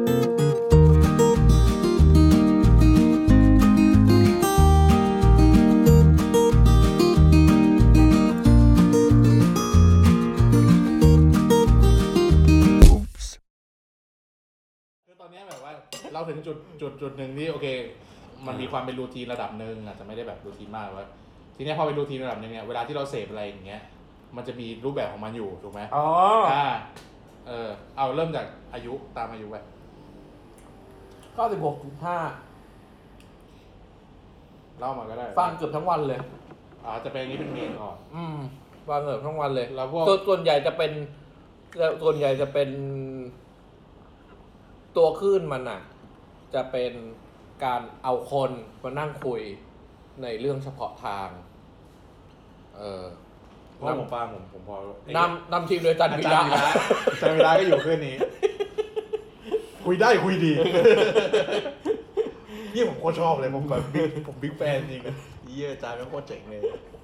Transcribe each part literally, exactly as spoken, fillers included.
เราถึงจุดจุดจุดหนึ่งที่โอเคมันมีความเป็นรูทีนระดับหนึ่งอาจจะไม่ได้แบบรูทีนมากว่าทีนี้พอเป็นรูทีนระดับหนึ่งเนี่ยเวลาที่เราเสพอะไรอย่างเงี้ยมันจะมีรูปแบบของมันอยู่ถูกไหมอ๋ออ่าเออเอาเริ่มจากอายุตามอายุไปก็สิบหกจุดห้าเล่ามาก็ได้ฟังเกือบทั้งวันเลยอ๋อจะเป็นอย่างนี้เป็นเมนก่อนอืมฟังเกือบทั้งวันเลยแล้วพวกส่วนใหญ่จะเป็นส่วนใหญ่จะเป็นตัวคลื่นมันอ่ะจะเป็นการเอาคนมานั่งคุยในเรื่องเฉพาะทางเออเพราะผมฟังผมผมพอนำนำทีมโดยจันวิระจันวิระก็อยู่ขึ้นนี้คุยได้คุยดีนี่ผมโคตรชอบเลยผมแบบผมบิ๊กแฟนจริงนะเยี่ยจันเป็นโคตรเจ๋งเลย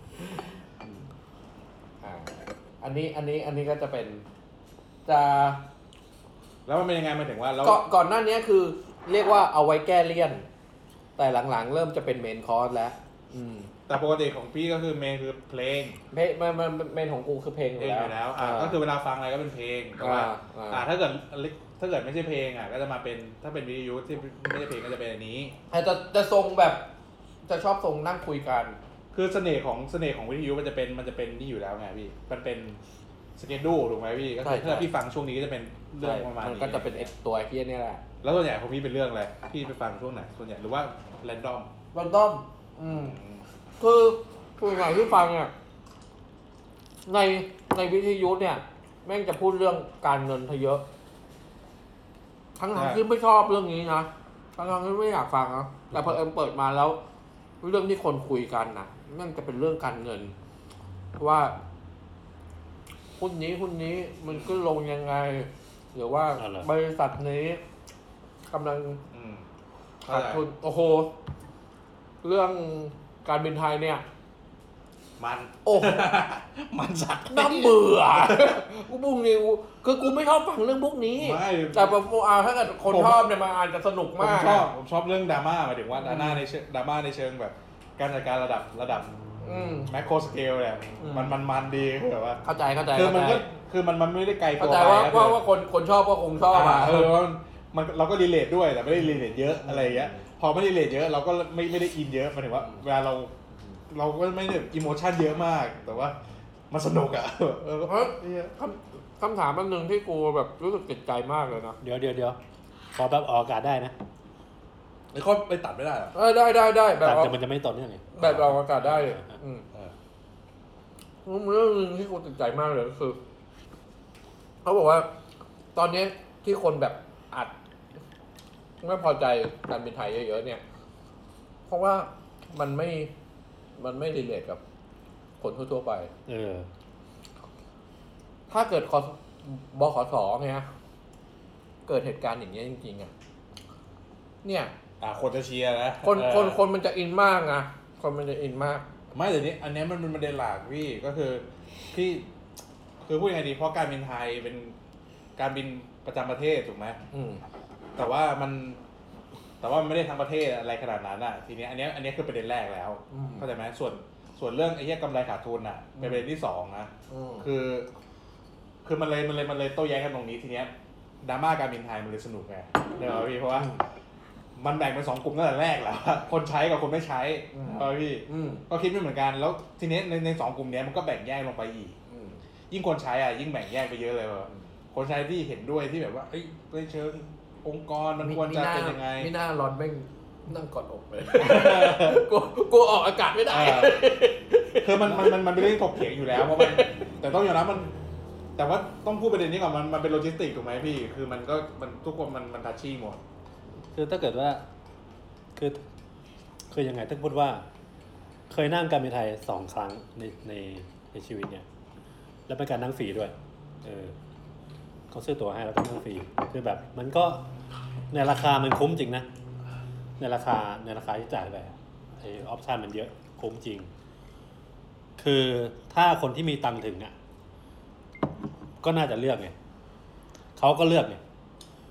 อ่าอันนี้อันนี้อันนี้ก็จะเป็นจะแล้วมันเป็นยังไงมาถึงว่าก่อนก่อนหน้านี้คือเรียกว่าเอาไว้แก้เลี่ยนแต่หลังๆเริ่มจะเป็นเมนคอร์สแล้วอืมแต่ปกติของพี่ก็คือเมนคือเพลงเพลงมันมันเมนของกูคือเพลงอยู่แล้วแล้วอ่าก็คือเวลาฟังอะไรก็เป็นเพลงแต่ว่าอ่าถ้าเกิดถ้าเกิดไม่ใช่เพลงอ่ะก็จะมาเป็นถ้าเป็นวิทยุที่ไม่ใช่เพลงก็จะเป็นอันนี้แต่จะจะทรงแบบจะชอบทรงนั่งคุยกันคือเสน่ห์ของเสน่ห์ของวิทยุมันจะเป็นมันจะเป็นนี่อยู่แล้วไงพี่มันเป็นสเกจดูถูกไหมพี่ก็คือถ้าพี่ฟังช่วงนี้ก็จะเป็นเรื่องประมาณนี้ก็จะเป็นตัวเฮียนี่แหละแล้วส่วนใหญ่ของพี่เป็นเรื่องอะไรพี่ไปฟังช่วงไหนส่วนใหญ่หรือว่าแรนดอมแรนดอมอืมคือคือไงที่ฟังอ่ะในในวิทยุเนี่ยแม่งจะพูดเรื่องการเงินทะเยอะทั้งทั้งที่ไม่ชอบเรื่องนี้นะทั้งทั้งที่ไม่อยากฟังนะแต่พอเอ็มเปิดมาแล้วเรื่องที่คนคุยกันนะแม่งจะเป็นเรื่องการเงินว่าหุ้นนี้หุ้นนี้มันขึ้นลงยังไงหรือว่าบริษัทนี้กำลังขาดทุนโอ้โหเรื่องการบินไทยเนี่ยมันโอ้มันสักน้ำเบื่อกูพวกนี้คือกูไม่ชอบฟังเรื่องพวกนี้แต่พออาถ้าเกิดคนชอบเนี่ยมันอาจจะสนุกมากผมชอบผมชอบเรื่องดราม่าหมายถึงว่าดราม่าในเชิงดราม่าในเชิงแบบการจัดการระดับระดับแมคโครสเกลเนี่ยมันมันมันดีคือแบบว่าเข้าใจเข้าใจคือมันก็คือมันมันไม่ได้ไกลตัวไปว่าว่าว่าคนคนชอบก็คงชอบอ่ะเออมันเราก็รีเลทด้วยแต่ไม่ได้รีเลทเยอะอะไรอย่างเงี้ยพอไม่ได้รีเลทเยอะเราก็ไม่ไม่ได้อินเยอะหมายถึงว่าเวลาเราเราก็ไม่ได้อิโมชันเยอะมากแต่ว่ามันสนุกอ่ะเออเพราะคำคำถามอันหนึ่งที่กูแบบรู้สึกติดใจมากเลยนะเดี๋ยวเดี๋ยวเดี๋ยวขอแบบออกอากาศได้นะไอ้ข้อไปตัดไม่ได้หรอได้ได้ได้แบบแต่มันจะไม่ต่อเนื่องไงแบบออกอากาศได้อืมเรื่องนึงที่กูติดใจมากเลยก็คือเขาบอกว่าตอนนี้ที่คนแบบอัดไม่พอใจการบินไทยเยอะๆเนี่ยเพราะว่ามันไม่มันไม่รีเลทกับคนทั่วๆไปเออถ้าเกิดบขสเนี่ยเกิดเหตุการณ์อย่างนี้จริงๆอ่ะเนี่ยอ่าคนจะเชียร์นะคนคนคนมันจะอินมากนะคนมันจะอินมากไม่แต่นี้อันนี้มันเป็นประเด็นหลักพี่ก็คือที่คือพูดยังไงดีเพราะการบินไทยเป็นการบินประจำประเทศถูกไหมอืมแต่ว่ามันแต่ว่ามันไม่ได้ทั้งประเทศอะไรขนาดนั้นอ่ะทีนี้อันนี้อันนี้คือประเด็นแรกแล้วเข้าใจไหมส่วนส่วนเรื่องไอ้เหี้ยกำไรขาดทุนอ่ะเป็นประเด็นที่สองนะคือคือมันเลยมันเลยมันเลยโต้แย้งกันตรงนี้ทีเนี้ยดราม่าการบินไทยมันเลยสนุกไงเดี๋ยวพี่เพราะว่ามันแบ่งเป็นสองกลุ่มตั้งแต่แรกแล้วคนใช้กับคนไม่ใช้เออพี่ก็คิดไม่เหมือนกันแล้วทีนี้ในในสองกลุ่มนี้มันก็แบ่งแยกลงไปอีกยิ่งคนใช้อ่ะยิ่งแบ่งแยกไปเยอะเลยว่าคนใช้ที่เห็นด้วยที่แบบว่าเอ้ยในเชิงองค์กรมันควรจะเป็นยังไงไม่น่าร้อนแม่งนั่งกอดอกเลยกูกูออกอากาศไม่ได้คือมันมันมันมันเป็นเรื่องถกเถียงอยู่แล้วเพราะมันแต่ต้องยอมรับมันแต่ว่าต้องพูดประเด็นนี้ก่อนมันมันเป็นโลจิสติกถูกไหมพี่คือมันก็มันทุกคนมันมันทัชชี่หมดคือถ้าเกิดว่าคือคือยังไงถ้าพูดว่าเคยนั่งการบินไทยสองครั้งในในในชีวิตเนี่ยแล้วเป็นการนั่งฟรีด้วยเออเขาซื้อตั๋วให้แล้วก็นั่งฟรีคือแบบมันก็ในราคามันคุ้มจริงนะในราคาในราคาที่จ่ายไปไอออปชั่นมันเยอะคุ้มจริงคือถ้าคนที่มีตังค์ถึงอ่ะก็น่าจะเลือกไงเขาก็เลือกไง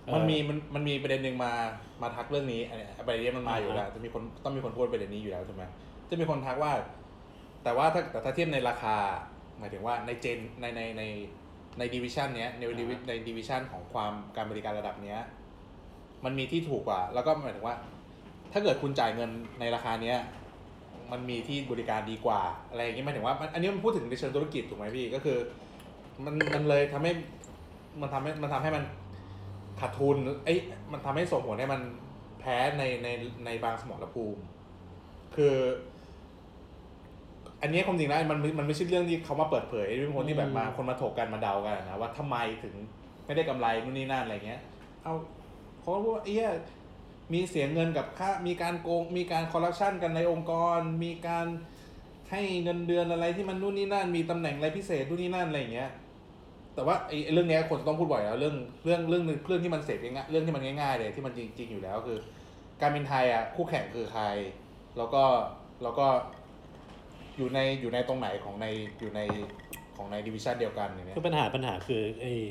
มันมีมันมันมีประเด็นหนึ่งมามาทักเรื่องนี้อันนี้ประเด็นนี้มันมาอยู่แล้วจะมีคนต้องมีคนพูดประเด็นนี้อยู่แล้วถูกไหมจะมีคนทักว่าแต่ว่าถ้าแต่ถ้าเทียบในราคาหมายถึงว่าในเจนในในในในดิวิชันเนี้ยในในดิวิชันของความการบริการระดับเนี้ยมันมีที่ถูกกว่าแล้วก็หมายถึงว่าถ้าเกิดคุณจ่ายเงินในราคาเนี้ยมันมีที่บริการดีกว่าอะไรอย่างงี้หมายถึงว่าอันนี้มันพูดถึงในเชิงธุรกิจถูกไหมพี่ก็คือมันมันเลยทำให้มันทำให้มันทำให้มันขาดทุนเอ้ยมันทำให้ส่งผลให้มันแพ้ในในในบางสมรภูมิคืออันนี้ความจริงแล้วมันมันไม่ใช่เรื่องที่เขามาเปิดเผยเป็นคนที่แบบมาคนมาถกกันมาเดากันนะว่าทำไมถึงไม่ได้กำไรนู่นนี่นั่นอะไรเงี้ยเอาเขาพูดว่าเอ้ยมีเสียเงินกับค่ามีการโกงมีการคอร์รัปชันกันในองค์กรมีการให้เงินเดือนอะไรที่มันนู่นนี่นั่นมีตำแหน่งอะไรพิเศษนู่นนี่นั่นอะไรเงี้ยแต่ว่าไอ้เรื่องนี้คนต้องพูดบ่อยแล้วเรื่องเรื่องเรื่องเรื่องที่มันเสพง่ายเรื่องที่มันง่ายๆเลยที่มันจริงๆอยู่แล้วคือการบินไทยอ่ะคู่แข่งคือใครแล้วก็แล้วก็อยู่ในอยู่ในตรงไหนของในอยู่ในของในดิวิชั่นเดียวกันอย่างเงี้ยคือปัญหาปัญหาคือไอ้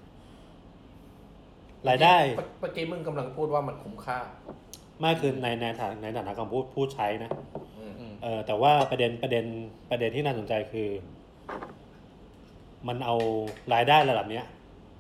รายได้เมื่อกี้มึงกำลังพูดว่ามันคุ้มค่าไม่คือในในฐานะในฐานะของผู้ผู้ใช้นะเออแต่ว่าประเด็นประเด็นประเด็นที่น่าสนใจคือมันเอารายได้ระดับเนี้ย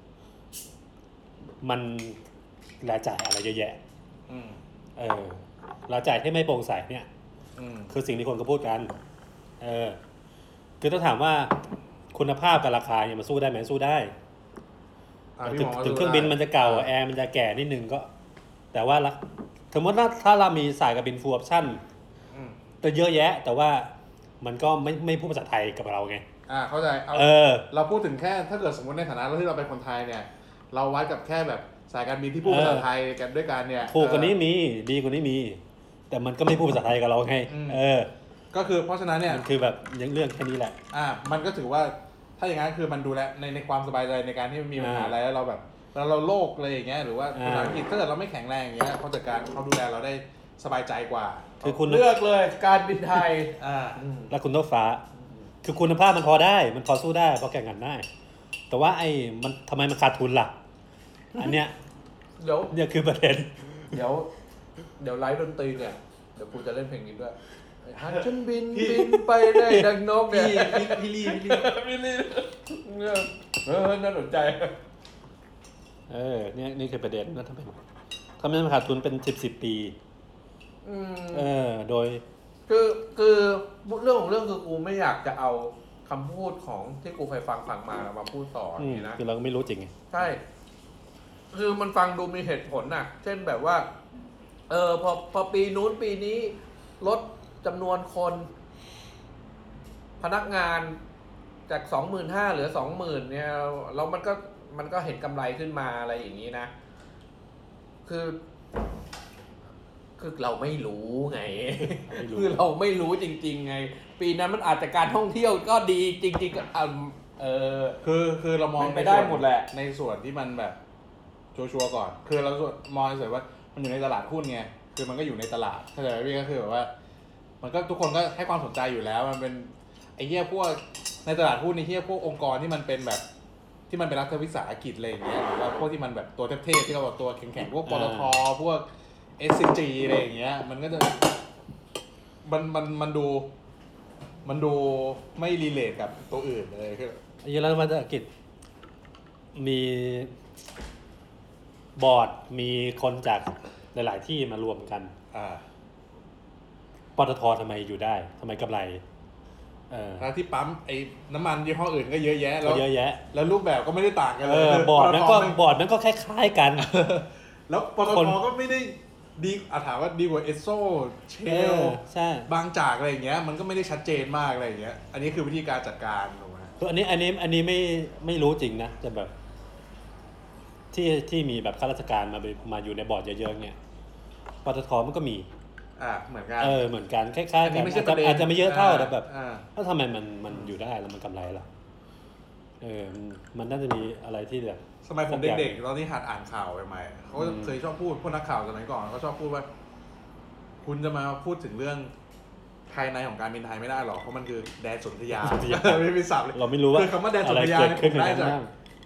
มันรายจ่ายอะไรเยอะแยะเออรายจ่ายที่ไม่โปร่งใสเนี่ยคือสิ่งที่คนก็พูดกันเออคือถ้าถามว่าคุณภาพกับราคาเนี่ยมันสู้ได้ไหมสู้ได้ถึงถึงเครื่องบินมันจะเก่าแอร์มันจะแก่นิดนึงก็แต่ว่าละสมมติว่าถ้าเรามีสายการบินฟูลออปชั่นแต่เยอะแยะแต่ว่ามันก็ไม่ไม่พูดภาษาไทยกับเราไงอ่าเข้าใจเอาเออเราพูดถึงแค่ถ้าเกิดสมมติในฐานะที่เราเป็นคนไทยเนี่ยเราวัดกับแค่แบบสายการบินที่พูดภาษาไทยกันด้วยกันเนี่ยถูกกว่านี้มีดีกว่านี้มีแต่มันก็ไม่พูดภาษาไทยกับเราไงเออก็คือเพราะฉะนั้นเนี่ยมันคือแบบยังเรื่องแค่นี้แหละอ่ามันก็ถือว่าถ้าอย่างนั้นคือมันดูแลในในความสบายใจในการที่มีปัญหาอะไรแล้วเราแบบเราเราโรคอะไรอย่างเงี้ยหรือว่าภาษาอังกฤษถ้าเกิดเราไม่แข็งแรงอย่างเงี้ยเขาจัดการเขาดูแลเราได้สบายใจกว่าคือคุณเลือกเลยการบินไทยอ่าแล้วคุณต้องฟ้าคือคุณภาพมันพอได้มันพอสู้ได้พอแข่งกันได้แต่ว่าไอ้มันทำไมมันขาดทุนล่ะอันเนี้ยเดี๋ยวเนี่ยคือประเด็นเดี๋ยวเดี๋ยวไลฟ์ดนตรีเนี่ยเดี๋ยวกูจะเล่นเพลงนี้ด้วยฮันฉันบินบินไปได้ดังนกเนี่ยพี่พี่ลี่พี่ลี่พี่ลี่เออน่าสนใจเออเนี่ยนี่คือประเด็นนะทำไมทำไมมันขาดทุนเป็นสิบสิบปีเออโดยคือคือเรื่องของเรื่องคือกูไม่อยากจะเอาคำพูดของที่กูเคยฟังฟังมามาพูดต่อนี่นะคือเราก็ไม่รู้จริงไงใช่คือมันฟังดูมีเหตุผลน่ะเช่นแบบว่าเออพอพอปีนู้นปีนี้ลดจำนวนคนพนักงานจาก สองหมื่นห้าพัน เหลือ สองหมื่น เนี่ยแล้วมันก็มันก็เห็นกำไรขึ้นมาอะไรอย่างนี้นะคือคือเราไม่รู้ไงคือเราไม่รู้จริงๆไงปีนั้นมันอาจจะการท่องเที่ยวก็ดีจริงๆก็เออคือคือเรามองไปได้หมดแหละในส่วนที่มันแบบชัวร์ๆก่อนคือเรามองในส่วนว่ามันอยู่ในตลาดหุ้นไงคือมันก็อยู่ในตลาดเข้าใจไหมพี่ก็คือแบบว่ามันก็ทุกคนก็ให้ความสนใจอยู่แล้วมันเป็นไอ้เหี้ยพวกในตลาดหุ้นไอ้เหี้ยพวกองค์กรที่มันเป็นแบบที่มันเป็นรัฐวิสาหกิจอะไรอย่างเงี้ยหรือว่าพวกที่มันแบบตัวเทพๆที่เราบอกตัวแข็งๆพวกปตทพวก เอส ซี จี อะไรอย่างเงี้ยมันก็จะมันมันมันดูมันดูไม่รีเลทกับตัวอื่นเลยคือไอ้รัฐวิสาหกิจมีบอร์ดมีคนจากหลายๆที่มารวมกันอ่าปตททำไมอยู่ได้ทำไมกำไรเออแล้วที่ปั๊มไอ้น้ำมันยี่ห้ออื่นก็เยอะแยะแล้วเยอะแยะแล้วรูปแบบก็ไม่ได้ต่างกันเลยบอร์ดนั้นก็บอร์ดนั้นก็คล้ายๆกันแล้วปตทก็ไม่ได้ดีอ่ะถามว่าดีกว่าเอสโซเชลใช่บางจากอะไรอย่างเงี้ยมันก็ไม่ได้ชัดเจนมากอะไรอย่างเงี้ยอันนี้คือวิธีการจัดการถูกไหมคืออันนี้อันนี้อันนี้ไม่ไม่รู้จริงนะแต่แบบที่ที่มีแบบข้าราชการมามาอยู่ในบอร์ดเยอะๆเนี่ยปตทมันก็มีอ่าเหมือนกันเออเหมือนกันคล้ายๆกันอาจจะไม่เยอะเท่าแต่แบบแล้วทำไมมันมันอยู่ได้แล้วมันกำไรล่ะเออมันน่าจะมีอะไรที่แบบสมัยผมเด็กๆตอนที่หัดอ่านข่าวใหม่ๆเขาเคยชอบพูดพวกนักข่าวสมัยก่อนเขาชอบพูดว่าคุณจะมาพูดถึงเรื่องภายในของการบินไทยไม่ได้หรอกเพราะมันคือแดนสนธยาไม่เป็นศัพท์เลยเราไม่รู้ว่าคือคำว่าแดนสนธยาเนี่ยผมได้จาก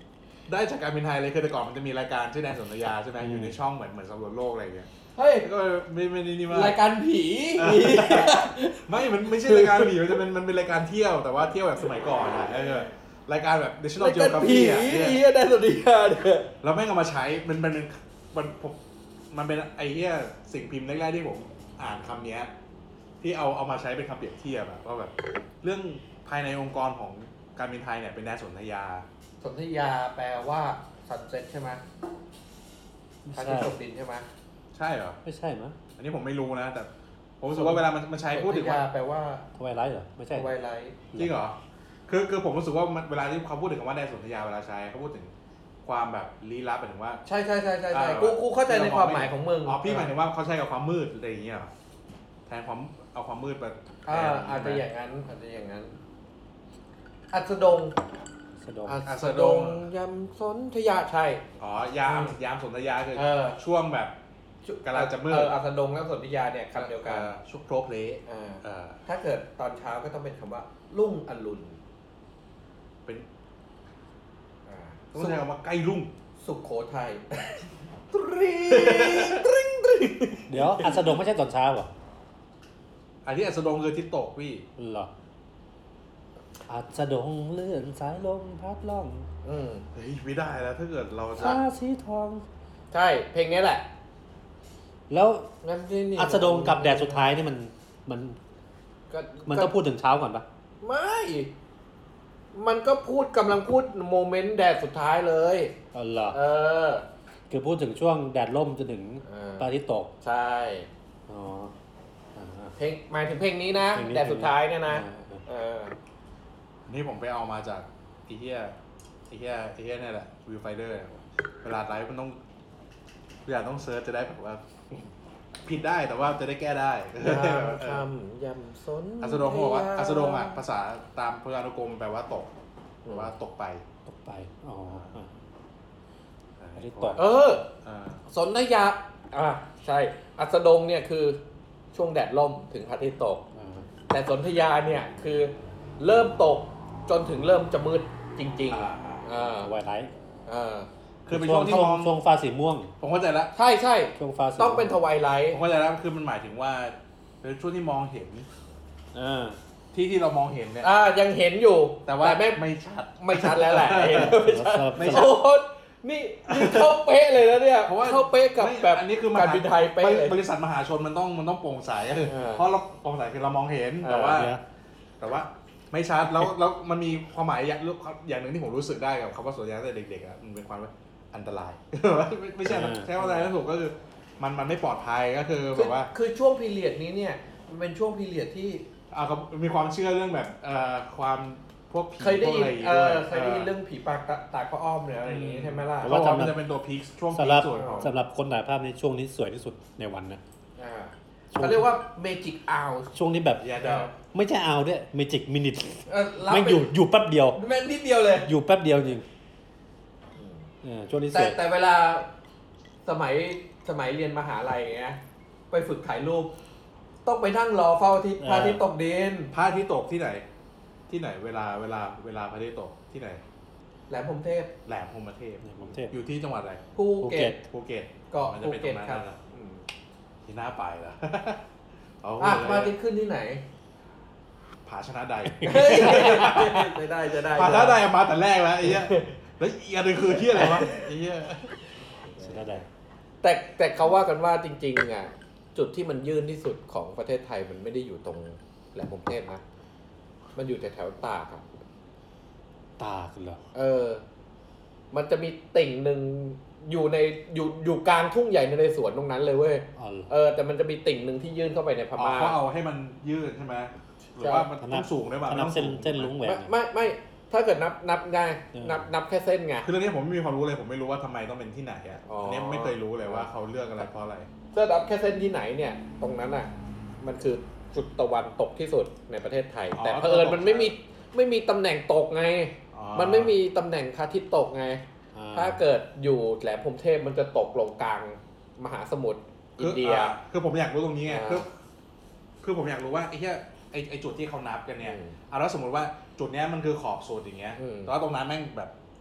ได้จากการบินไทยเลยคือแต่ก่อนมันจะมีรายการชื่อแดนสนธยาใช่ไหมอยู่ในช่องเหมือนเหมือนสำรวจโลกอะไรอย่างเงี้ยเฮ้ยก็ไม่ไม่นี่มารายการผีไม่มันไม่ใช่รายการผีมันจะเป็นมันเป็นรายการเที่ยวแต่ว่าเที่ยวแบบสมัยก่อนอะเออรายการแบบ National รายการผี Geography อะเฮียได้สุดยอดเนี่ยแล้วแม่งเอามาใช้มันมันเป็นมันผมมันเป็นไอ้เหี้ยสิ่งพิมพ์แรกๆที่ผมอ่านคำเนี้ยที่เอาเอามาใช้เป็นคำเปรียบเทียบอะว่าแบบเรื่องภายในองค์กรของการบินไทยเนี่ยเป็นแดนสนธยาสนธยาแปลว่า sunset ใช่ไหมพระอาทิตย์ตกดินใช่ไหมใช่เหรอไม่ใช่มั้งอันนี้ผมไม่รู้นะแต่ผมรู้สึกว่าเวลามันมันใช้พูดถึงว่าแปลว่าทวายไลท์เหรอไม่ใช่ทวายไลท์จริงเหรอคือคือผมรู้สึกว่าเวลาที่เขาพูดถึงคำว่าแดนสนธยาเวลาใช้เขาพูดถึงความแบบลี้ลับหมายถึงว่าใช่ใช่ใช่ใช่ใช่กูกูเข้าใจในความหมายของมึงอ๋อพี่หมายถึงว่าเขาใช้กับความมืดอะไรอย่างเงี้ยแทนความเอาความมืดไปอ่าอาจจะอย่างนั้นอาจจะอย่างนั้นอัสดงสะดงอัสดงยำสนธยาใช่อ๋อยามยามสนธยาคือช่วงแบบกำลังจะมืดเอออัสดงและสนธยาเนี่ยคำเดียวกันชุกโพลเพลย์ถ้าเกิดตอนเช้าก็ต้องเป็นคำว่ารุ่งอรุณเป็นต้องใช้คำว่าใกล้รุ่งสุขโขทัยตรีตริงตริงเดี๋ยวอัสดงไม่ใช่ตอนเช้าเหรออันที่อัสดงคือทิศตกพี่เหรออัสดงเลื่อนสายลมพัดล่องอืมเฮ้ยไม่ได้แล้วถ้าเกิดเราจะสีทองใช่เพลงนี้แหละแล้วอัสดงกับแดดสุดท้ายนี่มันมันมันต้องพูดถึงเช้าก่อนปะไม่มันก็พูดกำลังพูดโมเมนต์แดดสุดท้ายเลยอ๋อเหรอเออคือพูดถึงช่วงแดดร่มจนถึงพระอาทิตย์ตกใช่อ๋อเพลงหมายถึงเพลงนี้นะแดดสุดท้ายเนี่ยนะเออนี่ผมไปเอามาจากไอ้เหี้ยไอ้เหี้ยไอ้เหี้ยนี่แหละวิวไฟเดอร์เวลาไลฟ์มันต้องเวลาต้องเซิร์ชจะได้แบบว่าผิดได้แต่ว่าจะได้แก้ได้คำยำสนอัสดงเขาบอกว่าอัสดงอ่ะภาษาตามพจนานุกรมแปลว่าตกหรือว่าตกไปตกไปอ๋ออันนี้ตกเออสนธยาอ่าใช่อัสดงเนี่ยคือช่วงแดดร่มถึงพระอาทิตย์ตกแต่สนธยาเนี่ยคือเริ่มตกจนถึงเริ่มจะมืดจริงๆอ่าไวไลท์อ่าคือเป็นช่วงที่มองช่วงฟ้าสีม่วงผมเข้าใจแล้วใช่ใช่ช่วงฟ้าต้องเป็นทวายไลท์ผมเข้าใจแล้วคือมันหมายถึงว่าเป็นช่วงที่มองเห็นอ่าที่ที่เรามองเห็นเนี่ยอ่ายังเห็นอยู่แต่ว่าไม่ไม่ชัดไม่ชัดแล้วแหละไม่ชัดไม่ชัดโอ้นี่นี่เข้าเป๊ะเลยนะเนี่ยเข้าเป๊ะกับแบบอันนี้คือการบินไทยเป๊ะเลยบริษัทมหาชนมันต้องมันต้องโปร่งใสเพราะเราโปร่งใสคือเรามองเห็นแต่ว่าแต่ว่าไม่ชัดแล้วแล้วมันมีความหมายอย่างอย่างหนึ่งที่ผมรู้สึกได้กับคำว่าสนธยาตั้งแต่เด็กๆอ่ะมันเป็นความว่าอันตรายไม่ใช่ใช่ว่าอะไรนะถูกก็คือมันมันไม่ปลอดภัยก็คือแบบว่าคือช่วงพีเรียดนี้เนี่ยมันเป็นช่วงพีเรียดที่อ่าเขามีความเชื่อเรื่องแบบเอ่อความพวกผีเคยได้ยินเออเคยได้ยินเรื่องผีปากตาพระอ้อมเนี่ยอะไรอย่างงี้ใช่ไหมล่ะเพราะว่ามันจะเป็นตัวพีคช่วงพีคส่วนสำหรับคนถ่ายภาพในช่วงนี้สวยที่สุดในวันนะอ่าเขาเรียกว่าเมจิกอาวช่วงนี้แบบไม่ใช่อาวด้วยเมจิกมินิทไม่อยู่อยู่แป๊บเดียวแม่นิดเดียวเลยอยู่แป๊บเดียวจริงช่วงนี้แต่แต่เวลาสมัยสมัยเรียนมหาลัยเงี้ยไปฝึกถ่ายรูปต้องไปนั่งรอเฝ้าที่พระอาทิตย์ตกดินพระอาทิตย์ตกที่ไหนที่ไหนเวลาเวลาเวลาพระอาทิตย์ตกที่ไหนแหลมพรหมเทพแหลมพรหมเทพอยู่ที่จังหวัดอะไรภูเก็ตภูเก็ตเกาะภูเก็ตครับที่น่าไปล่ะอ่ะพระอาทิตย์ขึ้นที่ไหนผาชนะใดจะได้จะได้ผาชนะใดมาแต่แรกแล้วไอ้เหี้ยแล้วอีกอันนึงคือที่อะไรวะไอ้เหี้ยชนะใดแต่แต่เขาว่ากันว่าจริงๆอ่ะจุดที่มันยื่นที่สุดของประเทศไทยมันไม่ได้อยู่ตรงแหลมพรหมเทพนะมันอยู่แถวๆตากครับตากเหรอเออมันจะมีติ่งหนึ่งอยู่ในอยู่อยู่กลางทุ่งใหญ่ในในสวนตรงนั้นเลยเว้ยเออแต่มันจะมีติ่งหนึ่งที่ยื่นเข้าไปในพม่าเขาเอาให้มันยื่นใช่ไหมหรือว่ามันต้องสูงได้ป่ะนับเส้นเส้นลุงแหวนไม่ไม่ถ้าเกิดนับนับได้นับนับแค่เส้นไงคือเรื่องนี้ผมไม่มีความรู้เลยผมไม่รู้ว่าทำไมต้องเป็นที่ไหนอ่ะอันนี้ไม่เคยรู้เลยว่าเขาเลือกอะไรเพราะอะไรถ้านับแค่เส้นที่ไหนเนี่ยตรงนั้นอ่ะมันคือจุดตะวันตกที่สุดในประเทศไทยแต่เผอิญมันไม่มีไม่มีตำแหน่งตกไงมันไม่มีตำแหน่งพระอาทิตย์ตกไงถ้าเกิดอยู่แหลมพรหมเทพมันจะตกลงกลางมหาสมุทรอินเดียคือผมอยากรู้ตรงนี้ไงคือคือผมอยากรู้ว่าไอ้ที่ไอ้ไอ้จุดที่เขานับกันเนี่ยเอาแล้วสมมติว่าจุดนี้มันคือขอบสุดอย่างเงี้ยแล้วตรงนั้นแม่งแบบภู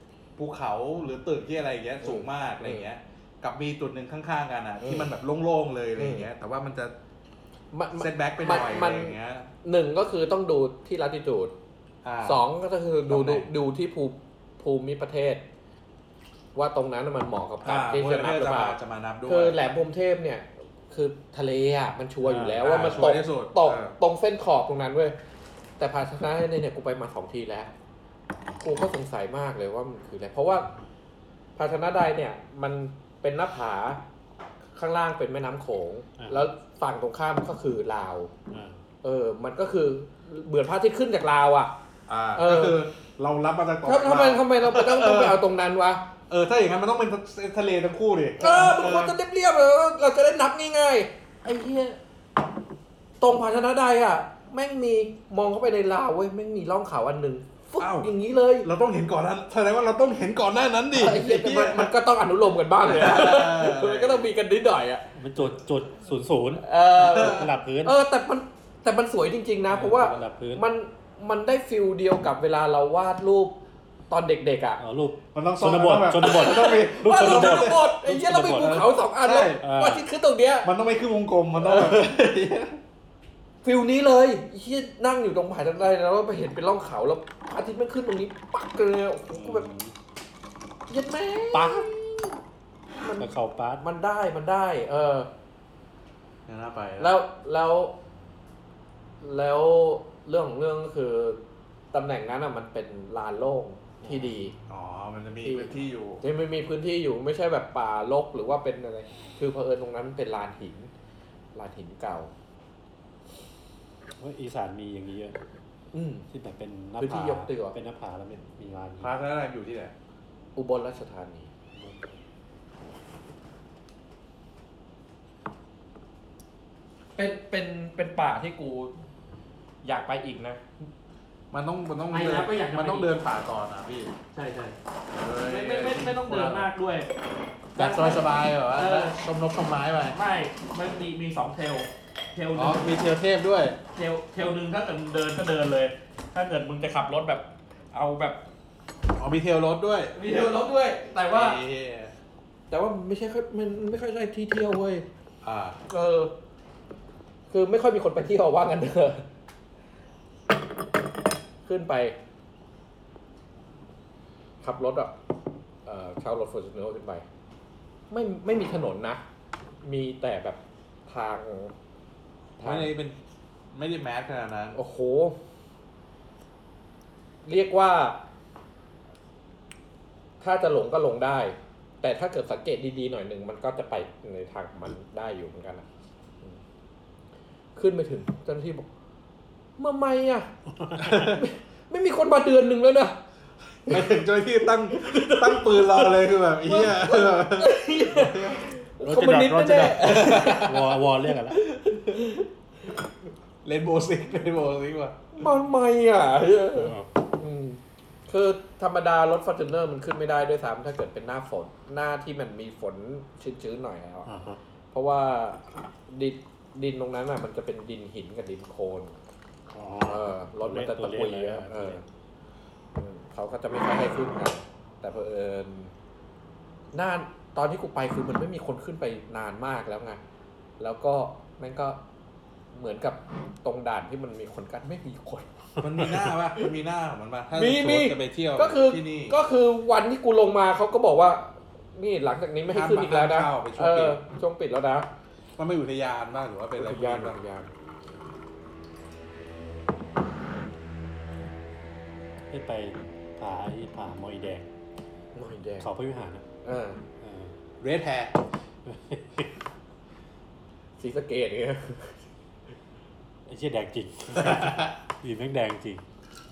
ภูเขาหรือตึกที่อะไรอย่างเงี้ยสูงมากอะไรเงี้ยกับมีจุดหนึ่งข้างๆกันอ่ะที่มันแบบโล่งๆเลยอะไรเงี้ยแต่ว่ามันจะเซตแบ็กไปหน่อยอะไรอย่างเงี้ยหนึ่งก็คือต้องดูที่ latitude สองก็คือดูดูดูที่ภูภูมิประเทศว่าตรงนั้นมันเหมาะกับการที่จะนับหรือเปล่าจะมานับด้วยคือแหลมพรหมเทพเนี่ยคือทะเลอ่ะมันชัวร์อยู่แล้วว่ามันตกตกตรงเส้นขอบตรงนั้นเว้ยแต่ภาชนะเนี่ยกูไปมาสองทีแล้วกูก็สงสัยมากเลยว่ามันคืออะไรเพราะว่าภาชนะใดเนี่ยมันเป็นหน้าผาข้างล่างเป็นแม่น้ำโขงแล้วฝั่งตรงข้ามก็คือลาวเออมันก็คือเหมือนพระอาทิตย์ขึ้นจากลาวอ่ะก็คือเรารับมาจากตรงทำไมทำไมเราต้องต้องไปเอาตรงนั้นวะเออถ้าอย่างนั้นมันต้องเป็นทะเลทั้งคู่ดิเออมันควรจะเรียบๆเลยเราจะได้นับง่ายๆไอ้เหี้ยตรงภาชนะใดอ่ะแม่งมีมองเข้าไปในลาวเว้ยแม่งมีร่องเขาอันหนึ่งฟึ๊บอย่างนี้เลยเราต้องเห็นก่อนนั้นแสดงว่าเราต้องเห็นก่อนหน้านั้นดิไอ้เหี้ยมันมันก็ต้องอนุโลมกันบ้างเลยมันก็ต้องมีกันนิดหน่อยอ่ะมันจุดจุดศูนย์ศูนย์เออระดับพื้นเออแต่มันแต่มันสวยจริงๆนะเพราะว่ามันมันได้ฟิลเดียวกับเวลาเราวาดรูปตอนเด็กๆอ่ะอ๋อรูปมันต้องชนบทชนบทต้องมีรูปชนบทไอ้เหี้ยเรามีภูเขาสองอันเลยว่าที่คือตรงเนี้ยมันต้องไม่คือวงกลมมันต้องฟิลนี้เลยเฮียนั่งอยู่ตรงผาจันไดแล้วไปเห็นเป็นร่องเขาแล้วอาทิตย์มันขึ้นตรงนี้ปักเลยโอ้โหกูแบบเย็ดแม่ปักมันเขาปักมันได้มันได้เออน่าไปแล้วแล้วแล้วเรื่องของเรื่องก็คือตำแหน่งนั้นอ่ะมันเป็นลานโล่งที่ดีอ๋อมันจะมีพื้นที่อยู่ที่มันมีพื้นที่อยู่ไม่ใช่แบบป่ารกหรือว่าเป็นอะไรคือเผอิญตรงนั้นมันเป็นลานหินลานหินเก่าว่าอีสานมีอย่างนี้เยอะที่แบบเป็นหน้าผาเป็นหน้าผาแล้วเป็นมีลานพาร์คนั้นอยู่ที่ไหนอุบลราชธานีเป็นเป็นเป็นป่าที่กูอยากไปอีกนะมันต้องมันต้องมันต้องเดินป่าก่อนนะพี่ใช่ใช่ไม่ไม่ไม่ไม่ต้องเดินมากด้วยแบบสบายๆแบบว่าชมนกชมไม้ไปไม่มันมีมีสองเทลเทลอ๋อมีเทลเทพด้วยเทลเทลหนึ่งถ้าเกิดมึงเดินก็เดินเลยถ้าเกิดมึงจะขับรถแบบเอาแบบอ๋อมีเทลรถด้วยมีเทลรถด้วยแต่ว่าแต่ว่าไม่ใช่มันไม่ค่อยใช่ที่เที่ยวเว้ยอ่าเออคือไม่ค่อยมีคนไปเที่ยวว่างั้นเถอะขึ้นไปขับรถอ่ะเอ่อเช่ารถฟอร์จูเนอร์ขึ้นไปไม่ไม่มีถนนนะมีแต่แบบทางไม่ได้เป็นไม่ได้แมสขนาดนั้นโอ้โหเรียกว่าถ้าจะหลงก็หลงได้แต่ถ้าเกิดสังเกตดีๆหน่อยหนึ่งมันก็จะไปในทางมันได้อยู่เหมือนกันนะขึ้นไปถึงเจ้าหน้าที่บอกเมื่อไม่อ่ะ ไม่, ไม่มีคนมาเดือนหนึ่งแล้วนะไม่ถึงเจ้าหน้าที่ตั้งตั้งปืนรอเลยคือแบบเฮียคอมมิวนิสต์แน่วอวอเรียกกันแล้วเลนโบว์ซิกเลนโบว์ซิกว่ะมันไม่อ่ะคือธรรมดารถฟอร์จูเนอร์มันขึ้นไม่ได้ด้วยซ้ำถ้าเกิดเป็นหน้าฝนหน้าที่มันมีฝนชื้นๆหน่อยแล้วเพราะว่าดินดินตรงนั้นอ่ะมันจะเป็นดินหินกับดินโคลนรถมันจะตะกุยอ่ะเขาก็จะไม่ค่อยให้ขึ้นกันแต่เผอิญหน้าตอนที่กูไปคือมันไม่มีคนขึ้นไปนานมากแล้วไงแล้วก็แม่งก็เหมือนกับตรงด่านที่มันมีคนกันไม่มีคนมันมีหน้าป่ะมันมีหน้าของมันป่ะถ้าจะไปเที่ยวก็คือก็คือวันที่กูลงมาเขาก็บอกว่านี่หลังจากนี้ไม่ให้ขึ้นอีกแล้วนะเออช่วงปิดแล้วนะมันไม่อุทยานบ้างหรือว่าเป็นอะไรอุทยานอุทยานให้ไปผาที่ผามอยแดงมอยแดงเขาพระวิหารนะเออเรดแฮร์สีสะเกตอย่างเงี้ยไอ้เชี่ยแดงจริงดีแม่งแดงจริง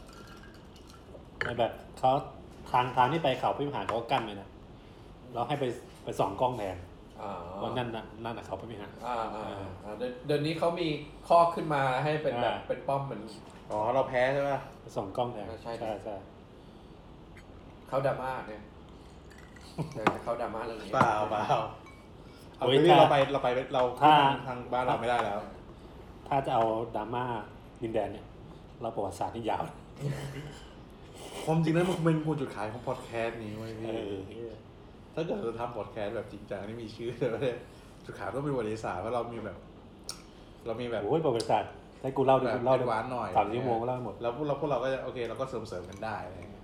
แบบเขาทางทางที่ไปเขาพระวิหารเขาก็กั้นไว้นะแล้วให้ไปไปส่องกล้องแทนว่านั่นน่ะนั่นน่ะเขาพระวิหารอ่าอ่าเดี๋ยวนี้เขามีข้อขึ้นมาให้เป็นแบบเป็นป้อมเหมือนอ๋อเราแพ้ใช่ป่ะไปส่องกล้องแทนใช่ใช่ใช่เขาดราม่าเนี่ยเขาดราม่าเรื่องนี้เปล่าเปล่าเอาไปเราไปเราไปเราทางทางบ้านเราไม่ได้แล้วถ้าจะเอาดราม่าดินแดนเนี่ยเราประวัติศาสตร์นี่ยาวความจริงแล้วมันเป็นกูจุดขายของพอดแคสต์นี้ไว้พี่ถ้าเกิดเราทำพอดแคสต์แบบจริงจังนี่มีชื่อเลยจุดขายต้องเป็นประวัติศาสตร์เพราะเรามีแบบเรามีแบบโอ้ยประวัติศาสตร์ให้กูเล่าดิกูเล่าดิหวานหน่อยสามชั่วโมงเล่าหมดแล้วพวกเราพวกเราก็จะโอเคเราก็เสริมเสริมกันได้อะไรเงี้ย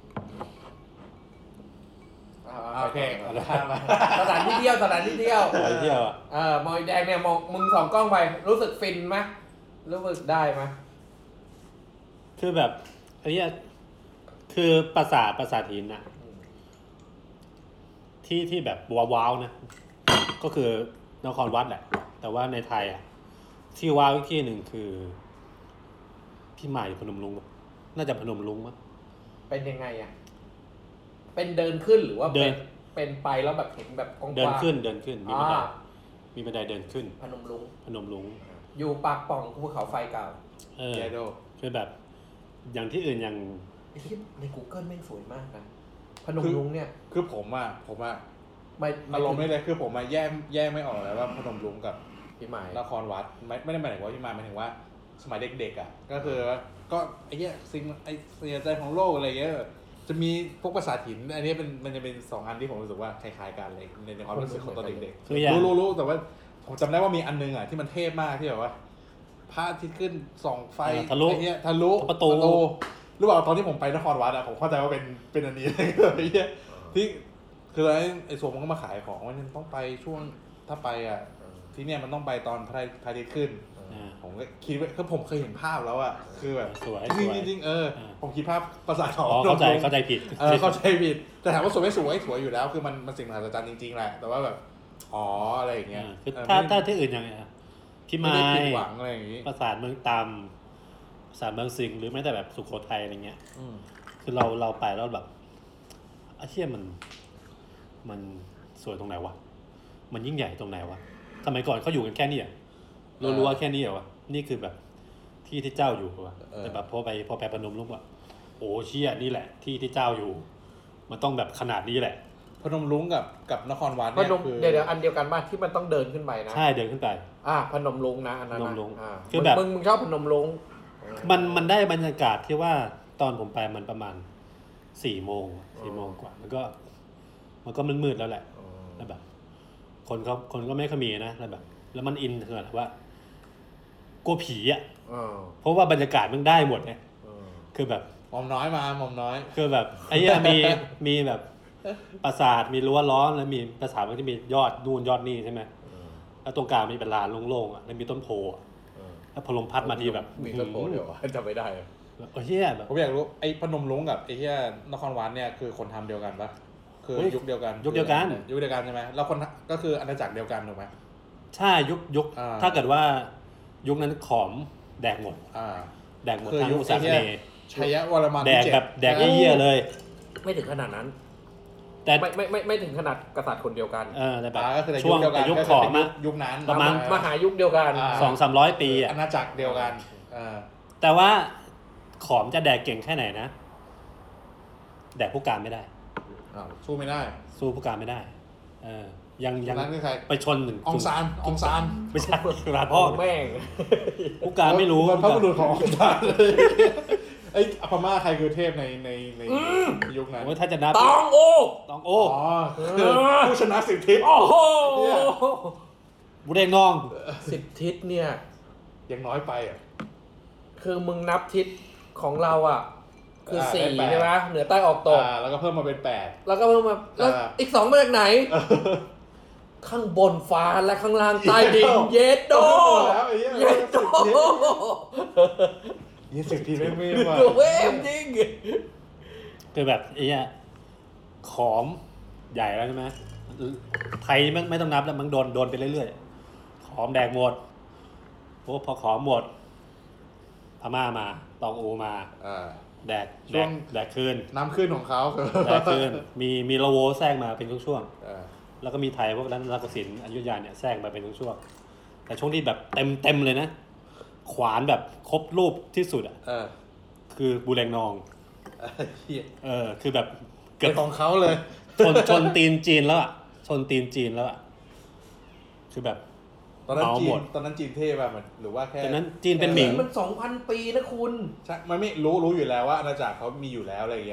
โอเคสถานที่เที่ยวสถานที่เที่ยวไปเที่ยวอ่ะเออมอยแดงเนี่ยมองมึงสองกล้องไปรู้สึกฟินไหมรู้สึกได้ไหมคือแบบไอ้เนี้ยคือปราสาทปราสาทหินน่ะที่ที่แบบว้าวๆนะก็คือนครวัดแหละแต่ว่าในไทยอ่ะที่ว้าวอีกที่หนึ่งคือพี่ใหม่พนมรุ้งน่าจะพนมรุ้งมั้งเป็นยังไงอ่ะเป็นเดินขึ้นหรือว่าเป็นเป็นไปแล้วแบบเห็นแบบกว้างเดินขึ้นเดินขึ้นมีบันไดมีบันไดเดินขึ้นพนมรุ้งพนมรุ้งอยู่ปากป่องภูเขาไฟเก่าเออคือแบบอย่างที่อื่นอย่างที่ใน Google แม่งสวยมากนะพนมรุ้งเนี่ยคือผมอ่ะผมอ่ะไม่อารมณ์ไม่เลยคือผมมาแยกแยกไม่ออกเลยว่าพนมรุ้งกับพี่ใหม่นครวัดไม่ไม่ได้หมายถึงว่าพี่ใหม่หมายถึงว่าสมัยเด็กๆอ่ะก็คือก็ไอ้เนี้ยสิ่งไอ้เสียใจของโลกอะไรเงี้ยจะมีพวกปราสาทหินอันนี้เป็นมันจะเป็นสองอันที่ผมรู้สึกว่าคล้ายๆกันเลยในความรู้สึกของตอนเด็กๆรู้รู้แต่ว่าผมจำได้ว่ามีอันนึงอ่ะที่มันเทพมากที่แบบว่าพระอาทิตย์ขึ้นส่องไฟทะลุไอ้เนี้ยทะลุประตูหรือเปล่าตอนที่ผมไปนครวัดอ่ะผมเข้าใจว่าเป็นเป็นอันนี้เลยไอ้เนี้ยที่คือไอ้ไอ้สวมมันก็มาขายของว่าต้องไปช่วงถ้าไปอ่ะที่เนี้ยมันต้องไปตอนพระอาทิตย์ขึ้นผมก็คิดว่าคือผมเคยเห็นภาพแล้วอ่ะคือแบบสวยจริงจริงเออผมคิดภาพปราสาททองเข้าใจเข้าใจผิดเออเข้าใจผิดแต่ถามว่าสวยไม่สวยสวยอยู่แล้วคือมันมันสิ่งมหัศจรรย์จริงๆแหละแต่ว่าแบบอ๋ออะไรอย่างเงี้ยคือถ้าถ้าที่อื่นอย่างเงี้ยพี่ไม้หวังอะไรอย่างงี้ปราสาทเมืองตำปราสาทเมืองสิงห์หรือแม้แต่แบบสุโขทัยอะไรเงี้ยคือเราเราไปแล้วแบบไอ้เชี่ยมันมันสวยตรงไหนวะมันยิ่งใหญ่ตรงไหนวะสมัยก่อนเขาอยู่กันแค่นี้อ่ะรัวๆแค่นี้เหรอวะนี่คือแบบที่ที่เจ้าอยู่วะแต่แบบพอไปพอไปพนมรุ้งอ่ะโอ้เชี่ยนี่แหละที่ที่เจ้าอยู่มันต้องแบบขนาดนี้แหละพนมรุ้งกับกับนครวัดเนี่ยคือเดี๋ยวๆอันเดียวกันบ้างที่มันต้องเดินขึ้นไปนะใช่เดินขึ้นไปอ่าพนมรุ้งนะอันนั้นพนมรุ้งคือแบบมึงมึงชอบพนมรุ้งมันมันได้บรรยากาศที่ว่าตอนผมไปมันประมาณสี่โมงสี่โมงกว่ามันก็มันก็มืดๆแล้วแหละแล้วแบบคนเขาคนก็ไม่ค่อยมีนะแล้วแบบแล้วมันอินเถอะว่ากลัวผีอ่ะเพราะว่าบรรยากาศมันได้หมดไงคือแบบหม่อมน้อยมาหม่อมน้อยคือแบบไอ้เนี้ยมีมีแบบปราสาทมีรั้วล้อมแล้วมีปราสาทมันที่มียอดนู่นยอดนี่ใช่ไหมแล้วตรงกลางมีเป็นลานโล่งๆอ่ะแล้วมีต้นโพอ่ะแล้วพอลมพัดมาทีแบบมีต้นโพเดี๋ยวจำไม่ได้โอ้เหี้ยแบบผมอยากรู้ไอ้พนมรุ้งกับไอ้เหี้ยนครวัดเนี่ยคือคนทำเดียวกันปะคือยุคเดียวกันยุคเดียวกันยุคเดียวกันใช่ไหมแล้วคนก็คืออาณาจักรเดียวกันถูกไหมใช่ยุคยุคถ้าเกิดว่ายุคนั้นขอมแดกหมดแดกหมดทั้งอุตสาหกรรมชัยวรมันแดกแบบแดกเยี่ยเลยไม่ถึงขนาดนั้นแต่ไม่ไม่ไม่ไม่ถึงขนาดกษัตริย์คนเดียวกันเออแต่แบบช่วงยุคขอมยุคนั้นประมาณมหายุคเดียวกันสองสามร้อยปีอาณาจักรเดียวกันแต่ว่าขอมจะแดกเก่งแค่ไหนนะแดกผู้การไม่ได้สู้ไม่ได้สู้ผู้การไม่ได้เออยังยังไปชนหนึ่งองซานองซานไม่ใช่สุราพ่อแม่งผู้การไม่รู้พระบุรุษขององซานไอ้พม่าใครคือเทพในในในยุคนั้นถ้าจะนับตองโอตองโออ๋อผู้ชนะสิบทิศโอ้โหบุเรงนองสิบทิศเนี่ยยังน้อยไปอ่ะคือมึงนับทิศของเราอ่ะคือสี่ใช่ไหมเหนือใต้ออกตกแล้วก็เพิ่มมาเป็นแปดแล้วก็เพิ่มมาแล้วอีกสองมาจากไหนข้างบนฟ้าและข้างล่างใต้ดินเยดโดเยดโดยี่สิบทีไม่ไม่ว่าเวฟจริงคือแบบไอ้เนี้ยขอมใหญ่แล้วใช่ไหมไทยไม่ไม่ต้องนับแล้วมันโดนโดนไปเรื่อยๆขอมแดกหมดโอ้พอขอมหมดพม่ามาตองอูมาแดกแดกแดกคืนน้ำขึ้นของเขาแดกคืนมีมีละโวแทรกมาเป็นช่วงๆแล้วก็มีไทยพวกนั้นรัตนศิลป์อยุธยาเนี่ยแทรกมาเป็นช่วงๆแต่ช่วงที่แบบเต็มเต็มเลยนะขวานแบบครบรูปที่สุดอ่ะคือบูเรงนองเออคือแบบเกือบของเขาเลยชนชนตีนจีนแล้วอ่ะชนตีนจีนแล้วอ่ะคือแบบตอนนั้นจีนตอนนั้นจีนเทพป่ะมันหรือว่าแค่ตอนนั้นจีนเป็นหมิงมัน สองพัน ปีนะคุณใช่มันไม่รู้รู้อยู่แล้วว่าอาณาจักรเขามีอยู่แล้วอะไรอย่างเงี้ย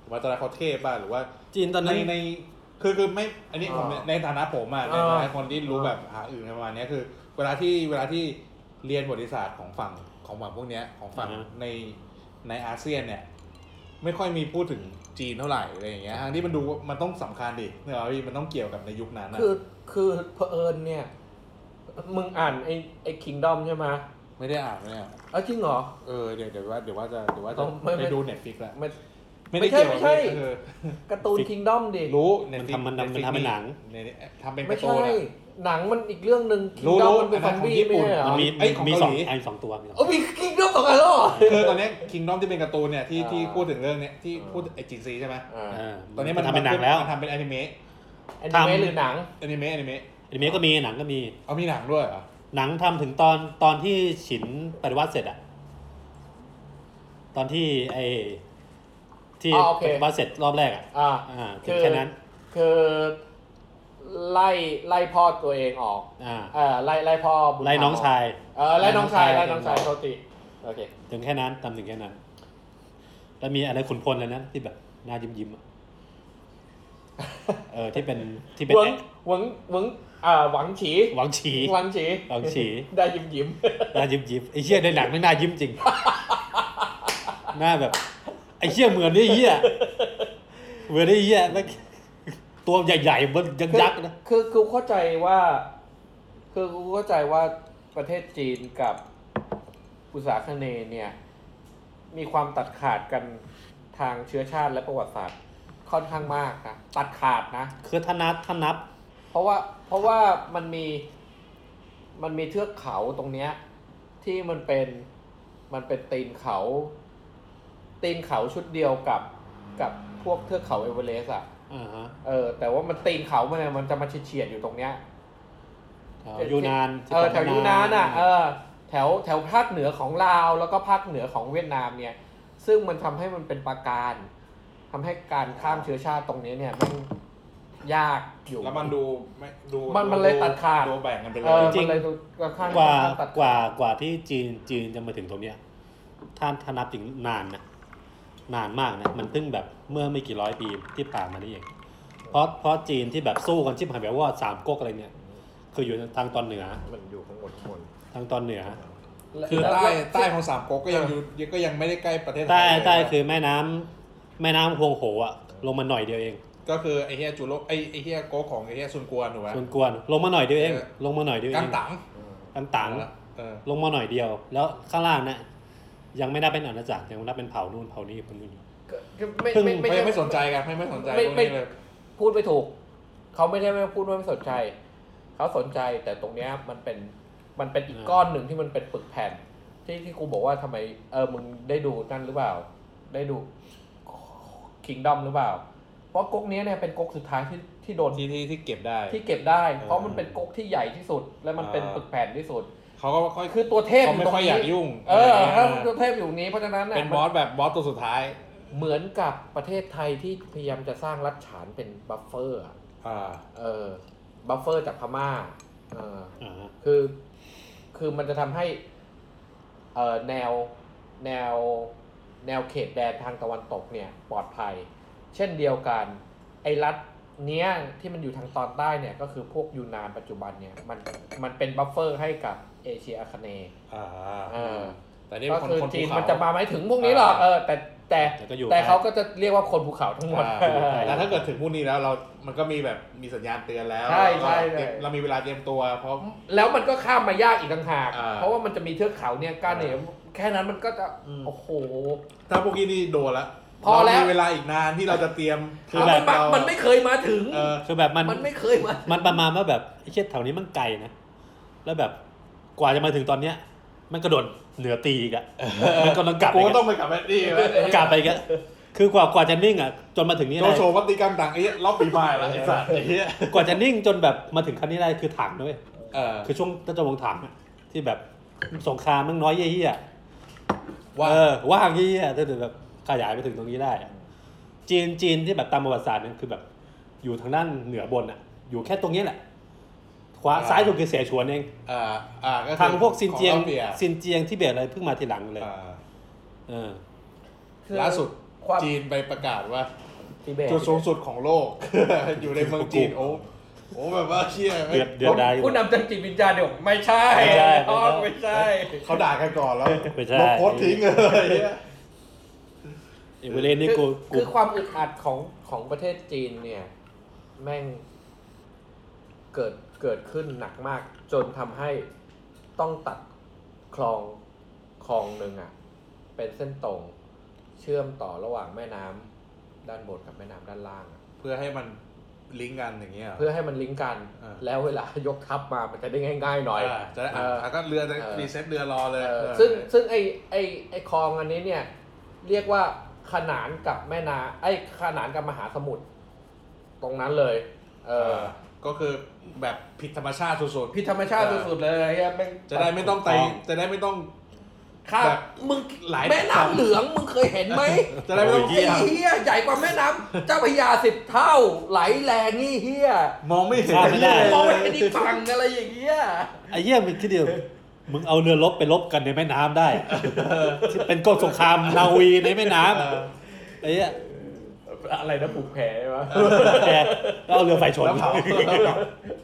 ว่าตอนนั้นเขาเทพบ้างหรือว่าจีนตอนนั้นในในคือคือไม่อันนี้ผมในฐานะผมอ่ะในฐานะคนที่รู้แบบหาอื่นประมาณนี้คือเวลาที่เวลาที่เรียนประวัติศาสตร์ของฝั่งของฝั่งพวกเนี้ยของฝั่งในในอาเซียนเนี่ยไม่ค่อยมีพูดถึงจีนเท่าไหร่อะไรอย่างเงี้ยทางที่มันดูมันต้องสำคัญดิเนี่ยพี่มันต้องเกี่ยวกับในยุคนั้นนะคือคือเผอิญเนี่ยมึงอ่านไอ้ไอ้ Kingdom ใช่ไหมไม่ได้อ่านเนี่ยเอ้าจริงเหรอเออเดี๋ยวเดี๋ยวว่าเดี๋ยวว่าจะเดี๋ยวว่าต้จะองไม่ไม่ไปดู Netflix ละไม่ไม่ได้เกี่ยวไม่ใช่เออการ์ตูน Kingdom ดิรู้มัน Netflix ทำมันทำมัน Netflix ทำเป็นหนังในทำเป็นไม่การ์ตูใช่นอะหนังมันอีกเรื่องหนึ่งรู้ Kingdom รู้มันเป็นอัซนอนั้มนของบี้ญี่ปุ่ไม่นใช่เหรอมันมีไอ้ของมีเกาสองหลีไอ้สองตัวมีสองเออมี Kingdom สองอันแล้วเหรอคือตอนเนี้ย Kingdom ที่เป็นการ์ตูนเนี่ยที่อ่าที่พูดถึงเรื่องเนี้ยที่พูดไอ้จีนซีใช่ไหมอ่าเออตอนนี้มันทำเป็นหนังแล้วมันทำเป็นอนิเมะแอนิเมะหรือหนังอนิเมะอนิเมะอนิเมะก็มีหนังก็มีเอามีหนังด้วยเหรอหนังทำถึงตอนตอนที่ฉินปฏิวัติเสร็จอะตอนที่ไอที่อ๋อโอเคปฏิวัติเสร็จรอบแรกอะอ่าอ่าถึงแค่นั้นคือไล่ไล่พ่อตัวเองออกอ่าเออไล่ไล่พ่อบุญธรรมไล่น้องชายเออไล่น้องชายไล่ไล่น้น้ออง งชาชาย ยโทษทีโอเคถึงแค่นั้นทำถึงแค่นั้น แล้วมีอะไรขุนพลอะไรนั้นที่แบบหน้ายิ้มยิ้มๆอะเออที่เป็นที่เป็นหวังหวังหวังอ่าหวังฉีหวังฉีหวังฉีหวังฉีได้ยิ้มยิ้มหน้ายิ้มยิ้มไอ้เหี้ยในหนังไม่หน้ายิ้มจริง หน้าแบบไอ้เหี้ยเหมือนไอ้เหี้ยเหมือนไอ้เหี้ยแม่งตัวใหญ่ๆมันยังยักษ์นะคือคือกูเข้าใจว่า คือกูเข้าใจว่าประเทศจีนกับอุษาคเนย์เนี่ย มีความตัดขาดกันทางเชื้อชาติและประวัติศาสตร์ค่อนข้างมากนะตัดขาดนะคือถ้านับถ้านับเพราะว่าเพราะว่ามันมีมันมีเทือกเขาตรงเนี้ยที่มันเป็นมันเป็นตีนเขาตีนเขาชุดเดียวกับกับพวกเทือกเขาเอเวอเรสต์อ่ะอ่าฮะเออแต่ว่ามันตีนเขามันเนี่ยมันจะมาเฉียดๆอยู่ตรงเนี้ยแถวยูนานเออแถวยูนานอ่ะเออแถวแถวภาคเหนือของลาวแล้วก็ภาคเหนือของเวียดนามเนี่ยซึ่งมันทำให้มันเป็นปราการทำให้การข้ามเชื้อชาติตรงนี้เนี่ยมันยากอยู่แล้วมันดูไม่ดูมันมันเลยตัดขาดดูแบ่งกันไปเลเอย อมันเลยดูค่อนข้างกว่าค่อนข้างตัดกว่ากว่าที่จีนจีนจะมาถึงตรงเนี้ยถ้าถ้านับถึงนานนะนานมากนะมันเพิ่งแบบเมื่อไม่กี่ร้อยปีที่ผ่านมานี่เองเพราะเพราะจีนที่แบบสู้กันชิบหายแบบว่าสามก๊กอะไรเนี่ยคืออยู่ทางตอนเหนือมันอยู่ข้างบนข้างบนทางตอนเหนือคือใต้ใต้ของสามก๊กก็ยังอยู่ก็ยังไม่ได้ใกล้ประเทศไทยใต้เลยใต้คือแม่น้ำแม่น้ำฮวงโหอ่ะลงมาหน่อยเดียวเองก็คือไอ้เฮียจูโรไอ้ไอ้เฮียโก๊กของไอ้เฮียซุนกวนถูกไหมส่วนกวนลงมาหน่อยเดียวเอง ลงมาหน่อยเดียวเอกังนตังกันตังเออลงมาหน่อยเดียว แล้วข้างล่างน่ะยังไม่นับเป็นอาณาจักรยังนับเป็นเผ่านู่นเผ่านี้คนนี้ไม่เพิ่งไม่ไม่ไม่ใช่ไม่สนใจกันไม่ไม่สนใจไม่พวกไม่นี้เลยพูดไม่ถูก เขาไม่ได้ไม่พูดว่าไม่สนใจ เขาสนใจแต่ตรงเนี้ยมันเป็นมันเป็นอีกก้อนหนึ่งที่มันเป็นปึกแผ่น ที่ที่กูบอกว่าทำไมเออมึงได้ดูนั่นหรือเปล่า ได้ดู Kingdom หรือเปล่า เพราะก๊กเนี้ยเนี่ยเป็นก๊กสุดท้ายที่ที่โดนที่ที่ที่เก็บได้ที่เก็บได้ เพราะมันเป็นก๊กที่ใหญ่ที่สุด และมันเป็นอ่าปึกแผ่นที่สุดเขาก็ค่อยคือตัวเทพเขาไม่ค่อยอยากยุ่งเอออะไรถ้าเงี้ยตัวเทพอยู่ตรงนี้เพราะฉะนั้นน่ะเป็นบอสแบบบอสตัวสุดท้ายเหมือนกับประเทศไทยที่พยายามจะสร้างรัฐฉานเป็นบัฟเฟอร์อะอ่าเออบัฟเฟอร์จากพม่าเอออ่าคือคือมันจะทำให้เออแนวแนวแนวเขตแดนทางตะวันตกเนี่ยปลอดภัย เช่นเดียวกันไอ้รัฐเนี้ยที่มันอยู่ทางตอนใต้เนี่ยก็คือพวกยูนานปัจจุบันเนี่ยมันมันเป็นบัฟเฟอร์ให้กับเอเชียอาคเนย์อ่าเออแต่นี่ก็เป็นคนคือคนจีภูนเขามันจะมาไม่ถึงพวกนี้หรอกอ่าเออแต่แต่แต่ก็อยู่แต่ใกล้เขาก็จะเรียกว่าคนภูเขาทั้งหมดอ่าแต่ถ้าเกิดถึงพวกนี้แล้วเรา มันก็มีแบบมีสัญญาณเตือนแล้วใช่ใช่เราใช่เรามีเวลาเตรียมตัว เพราะแล้วมันก็ข้ามมายากอีกต่างหากอ่าเพราะว่ามันจะมีเทือกเขาเนี่ยก้านเนี่ยแค่นั้นมันก็จะอืมโอ้โหถ้าพวกนี้นี่โดนละพอแล้วเรามีเวลาอีกนานที่เราจะเตรียมคือแบบมันมันไม่เคยมาถึงเออคือแบบมันมันไม่เคยมามันประมาณว่าแบบไอ้เชี่ยแถวนี้มันไกลนะ แล้วแบบกว่าจะมาถึงตอนเนี้ย มันกระโดดเหนือตีอีกอะมันกำลังกลับกูไปก็ต้องไปกลับไปนี่แหละกลับไปกันคือกว่ากว่าจะนิ่งอะจนมาถึงนี่โจได้โฉวัตติกันต่างไอ้เหี้ยรอบปีใหม่ละไอ้สัตว์ไอ้เหี้ยกว่าจะนิ่งจนแบบมาถึงขั้นนี้ได้คือถังด้วยเออคือช่วงต้นจวงถังอะที่แบบสงครามมันน้อยเยี่ยๆว่าเออว่างเยี่ยๆถ้าเกิดแบบขยายไปถึงตรงนี้ได้อะจีนจีนที่แบบตามประวัติศาสตร์เนี่ยคือแบบ อยู่ทางด้านเหนือบนอะอยู่แค่ตรงนี้แหละขวาซ้ายสุดคือเสียฉวนเองอ่าอ่าก็คือทางพวกซินเจียงของรัสเซียซินเจียงที่เบตอะไรเพิ่งมาทีหลังเลยอ่าเออคือล่าสุดจีนไปประกาศว่าทิเบตจุดสูงสุดของโลก อยู่ในเมืองจีนโอ้โหแบบว่าเชี่ยเดือดเดือดได้ผู้นำจังจิตวิญญาณเดี๋ยวไม่ใช่ไม่ใช่อ๋อไม่ใช่เขาด่ากันก่อนแล้วไม่ใช่ลบโพสต์ทิ้งเลยอีเวเลนนี่กูกูคือความอึดอัดของของประเทศจีนเนี่ย แม่งเกิดเกิดขึ้นหนักมาก จนทำให้ต้องตัดคลองคลองหนึ่งอ่ะ เป็นเส้นตรงเชื่อมต่อระหว่างแม่น้ำด้านบนกับแม่น้ำด้านล่างอะเพื่อให้มันลิงก์กันอย่างเงี้ยเพื่อให้มันลิงก์กันอ่าแล้วเวลายกทัพมามันจะได้ง่ายๆหน่อยอ่าจะได้เออ่ะอก็เรือจะเออรีเซ็ตเรือรอเลยเออเออซึ่งซึ่งไอไอไอคลองอันนี้เนี่ย เรียกว่าขนานกับแม่น้ำไอขนานกับมหาสมุทรตรงนั้นเลย เอเอออก็คือแบบผิดธรรมชาติสุดพิธรรมชาติสุดๆเลยเฮียแม่งๆจะได้ไม่ต้องไตจะได้ไม่ต้องข้าแบบมึงหลายแม่น้ำเหลืองมึงเคยเห็นไหมจะได้ไม่ต้องไอ้เฮียใหญ่กว่าแม่น้ำเจ้าพระยาสิบเท่าไหลแรงนี่เฮียมองไม่เห็นข้ามไม่ได้มองไม่เห็นอีกฝั่งอะไรอย่างเงี้ยไอ้เหี้ยมึงคิดเดียวมึงเอาเรือรบไปรบกันในแม่น้ำได้ที่เป็นกองสงครามนาวีในแม่น้ำไอ้เหี้ยอะไรนะผูกแผลวะแกแล้วเอาเรือไฟชนแล้วเผาแล้วเผา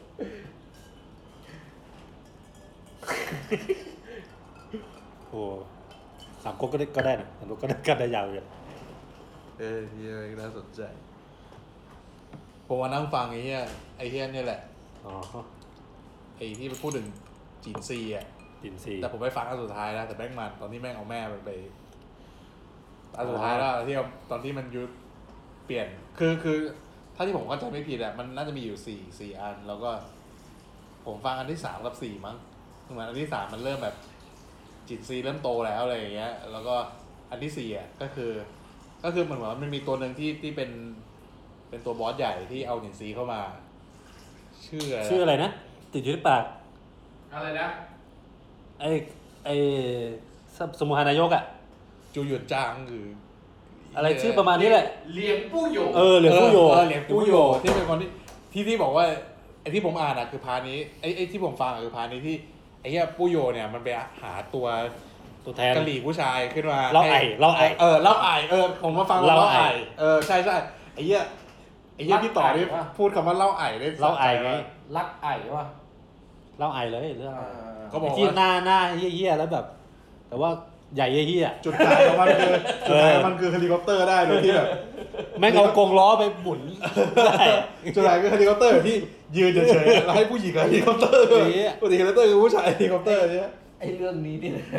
โอ้สามก๊กก็ได้ก็ได้นะสามก๊กก็ได้ก็ได้ยาวเลยเออเฮียน่าสนใจผมมานั่งฟังไอ้เฮียไอ้เฮียเนี่ยแหละอ๋อไอ้ที่พูดถึงจีนซีอ่ะจินซีแต่ผมไปฟังอันสุดท้ายนะแต่แม่งมันตอนที่แม่งเอาแม่มันไปอันสุดท้ายแล้วที่เอาตอนที่มันยุดเปลี่ยนคือคือถ้าที่ผมเข้าใจไม่ผิดอะมันน่าจะมีอยู่สี่สี่อัน แล้วก็ ผมฟังอันที่สามกับสี่มั้งเหมือนอันที่สามมันเริ่มแบบจินซีเริ่มโตแล้วอะไรอย่างเงี้ย แล้วก็อันที่สี่อ่ะก็คือ ก็คือเหมือนว่ามันมีตัวหนึ่งที่ที่เป็น เป็นตัวบอสใหญ่ที่เอาจินซีเข้ามา ชื่ออะไรชื่ออะไรนะติดอยู่ที่ปากอะไรนะไอ้ไอ้สสมุหานายกอ่ะจูหยวนจางหรืออะไรชื่อประมาณนี้แหละเลียงปู้หยงเออเหลือผู้โยเออเหลียงปู้โยที่เป็นคนที่ที่ที่บอกว่าไอ้ที่ผมอ่านอ่ะคือพานี้ไอ้ไอ้ที่ผมฟังอ่ะคือพานี้ที่ไอ้เหี้ยปู้โยเนี่ยมันไปหาตัวตัวแทนกะหรี่ผู้ชายขึ้นมาเล่าไอ่ให้เล่าไอ่เออเล่าไอ่เออผมมาฟังเล่าเล่าไอ่ไอ่เออใช่ใช่ไอ้เหี้ยไอ้เหี้ยพี่ต่อนี่พูดคำว่าเล่าไอ่ได้เล่าไอ่ไงรักไอ้วะเล่าไอ่เลยเรื่องเขาบอกไอ้ที่ว่าหน้าหน้าเหี้ยๆแล้วแบบ แต่ว่าใหญ่เหี้ยจุดขายของมันคือจุดขายของมันคือเฮลิคอปเตอร์ได้โดยที่แบบๆแม่งเอากรงล้อไปหมุนได้จุดขายคือเฮลิคอปเตอร์ที่ยืนเฉยๆแล้วให้ผู้หญิงกับเฮลิคอปเตอร์ไอ้เหี้ยปกติเฮลิคอปเตอร์คือผู้ชายเฮลิคอปเตอร์เนี่ยไอ้เรื่องนี้นี่นะ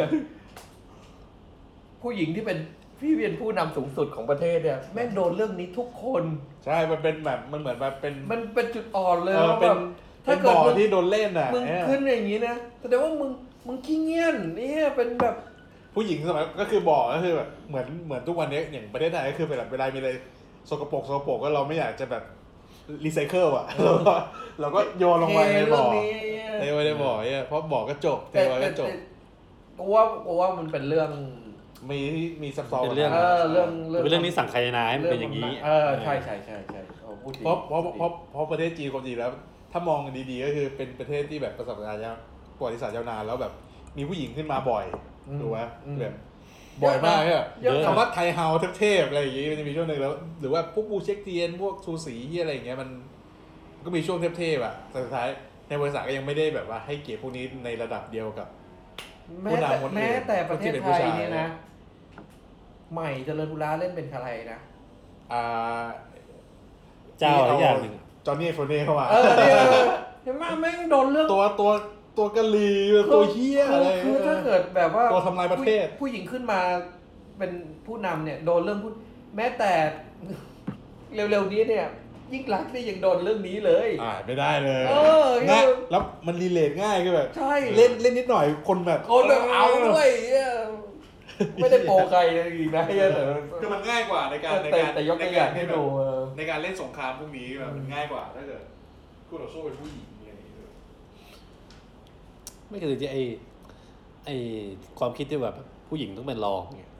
ผู้หญิงที่เป็นพี่เป็นผู้นำสูงสุดของประเทศเนี่ยแม่งโดนเรื่องนี้ทุกคนใช่มันเป็นแบบมันเหมือนแบบเป็นมันเป็นจุดอ่อนเลยเออว่าเป็แบนบเป็ถ้าน เกิบ่ดอมึงที่โดนเล่นอ่ะมึงเนี่ยขึ้นอย่างนี้นะแสดงว่ามึงมึงขี้เงียนเนี่ยเป็นแบบผู้หญิงสมัยก็คือบ่อก็คือแบบเหมือนเหมือนทุกวันนี้อย่างประเทศไทยก็คือเป็นแบบเวลามีอะไรสกปรกสกปรกก็เราไม่อยากจะแบบรีไซเคิลอ่ะ เราก็เราก็โยนลงไปในบ่อเทเทเรื่องนี้ไว้ในบ่อเนี่ยเพราะบ่อก็จบเทแต่ไว้แต่ก็จบกูว่ากูว่ามันเป็นเรื่องมีมีซับซ้อนเป็นเรื่องเออเรื่องเป็นเรื่องนี้สั่งใครนาให้มันเป็นอย่างนี้นี้เออใช่ใช่ใช่ใช่โอ้พูดดีเพราะเพราะเพราะเพราะประเทศจีนความจริงแล้ว ถ้ามองดีๆก็คือเป็นประเทศที่แบบประสบการณ์ยาวประวัติศาสตร์ยาวนานแล้วแบบมีผู้หญิงขึ้นมาบ่อยถูกไหมแบบบ่อยมากเนี่ยเยอะนะคำว่าไทยเฮาเทพๆอะไรอย่างงี้มันจะมีช่วงหนึ่งแล้ว หรือว่าพวกบูเช็คเทียนพวกซูสีที่อะไรอย่างเงี้ยมันก็มีช่วงเทพๆอ่ะแต่สุดท้ายในบริษัทก็ยังไม่ได้แบบว่าให้เกียรติพวกนี้ในระดับเดียวกับแม้แต่ผู้นำคนอื่นแม้แต่ประเทศที่เป็นไทผู้ยชายเนี่ยนะใหม่เจริญบุราเล่นเป็นใครนะอ่าเจ้าอะไรอย่างหนึ่งจอห์นนี่โฟเน่เข้ามาเออเนี่ยเห็นไหมแม่งโดนเรื่องตัวตัวตัวกะลีตัวเฮี้ยอะไรคือถ้าเกิดแบบว่าตัวทำลายประเทศผู้หญิงขึ้นมาเป็นผู้นำเนี่ยโดนเรื่องผู้แม้แต่ เร็วๆนี้เนี่ย ยิ่งรักษณ์นี่ยังโดนเรื่องนี้เลยอ่าไม่ได้เลยเออง่ายแล้วมันรีเลทง่ายคือแบบใช่เล่นเล่นนิดหน่อยคนแบบคนแบบเอาด้วยเนี่ยไม่ได้โปรใครเลยอีกนะแต่คือมันง่ายกว่าในการในแต่การแต่ยกตัวอย่างให้ดูเออในการเล่นสงครามพวกนี้แบบมันง่ายกว่าถ้าเกิดคู่ต่อสู้เป็นผู้หญิงอะไรอย่างเงี้ยไม่คือที่ไอไอความคิดที่แบบผู้หญิงต้องเป็นรองเนี่ย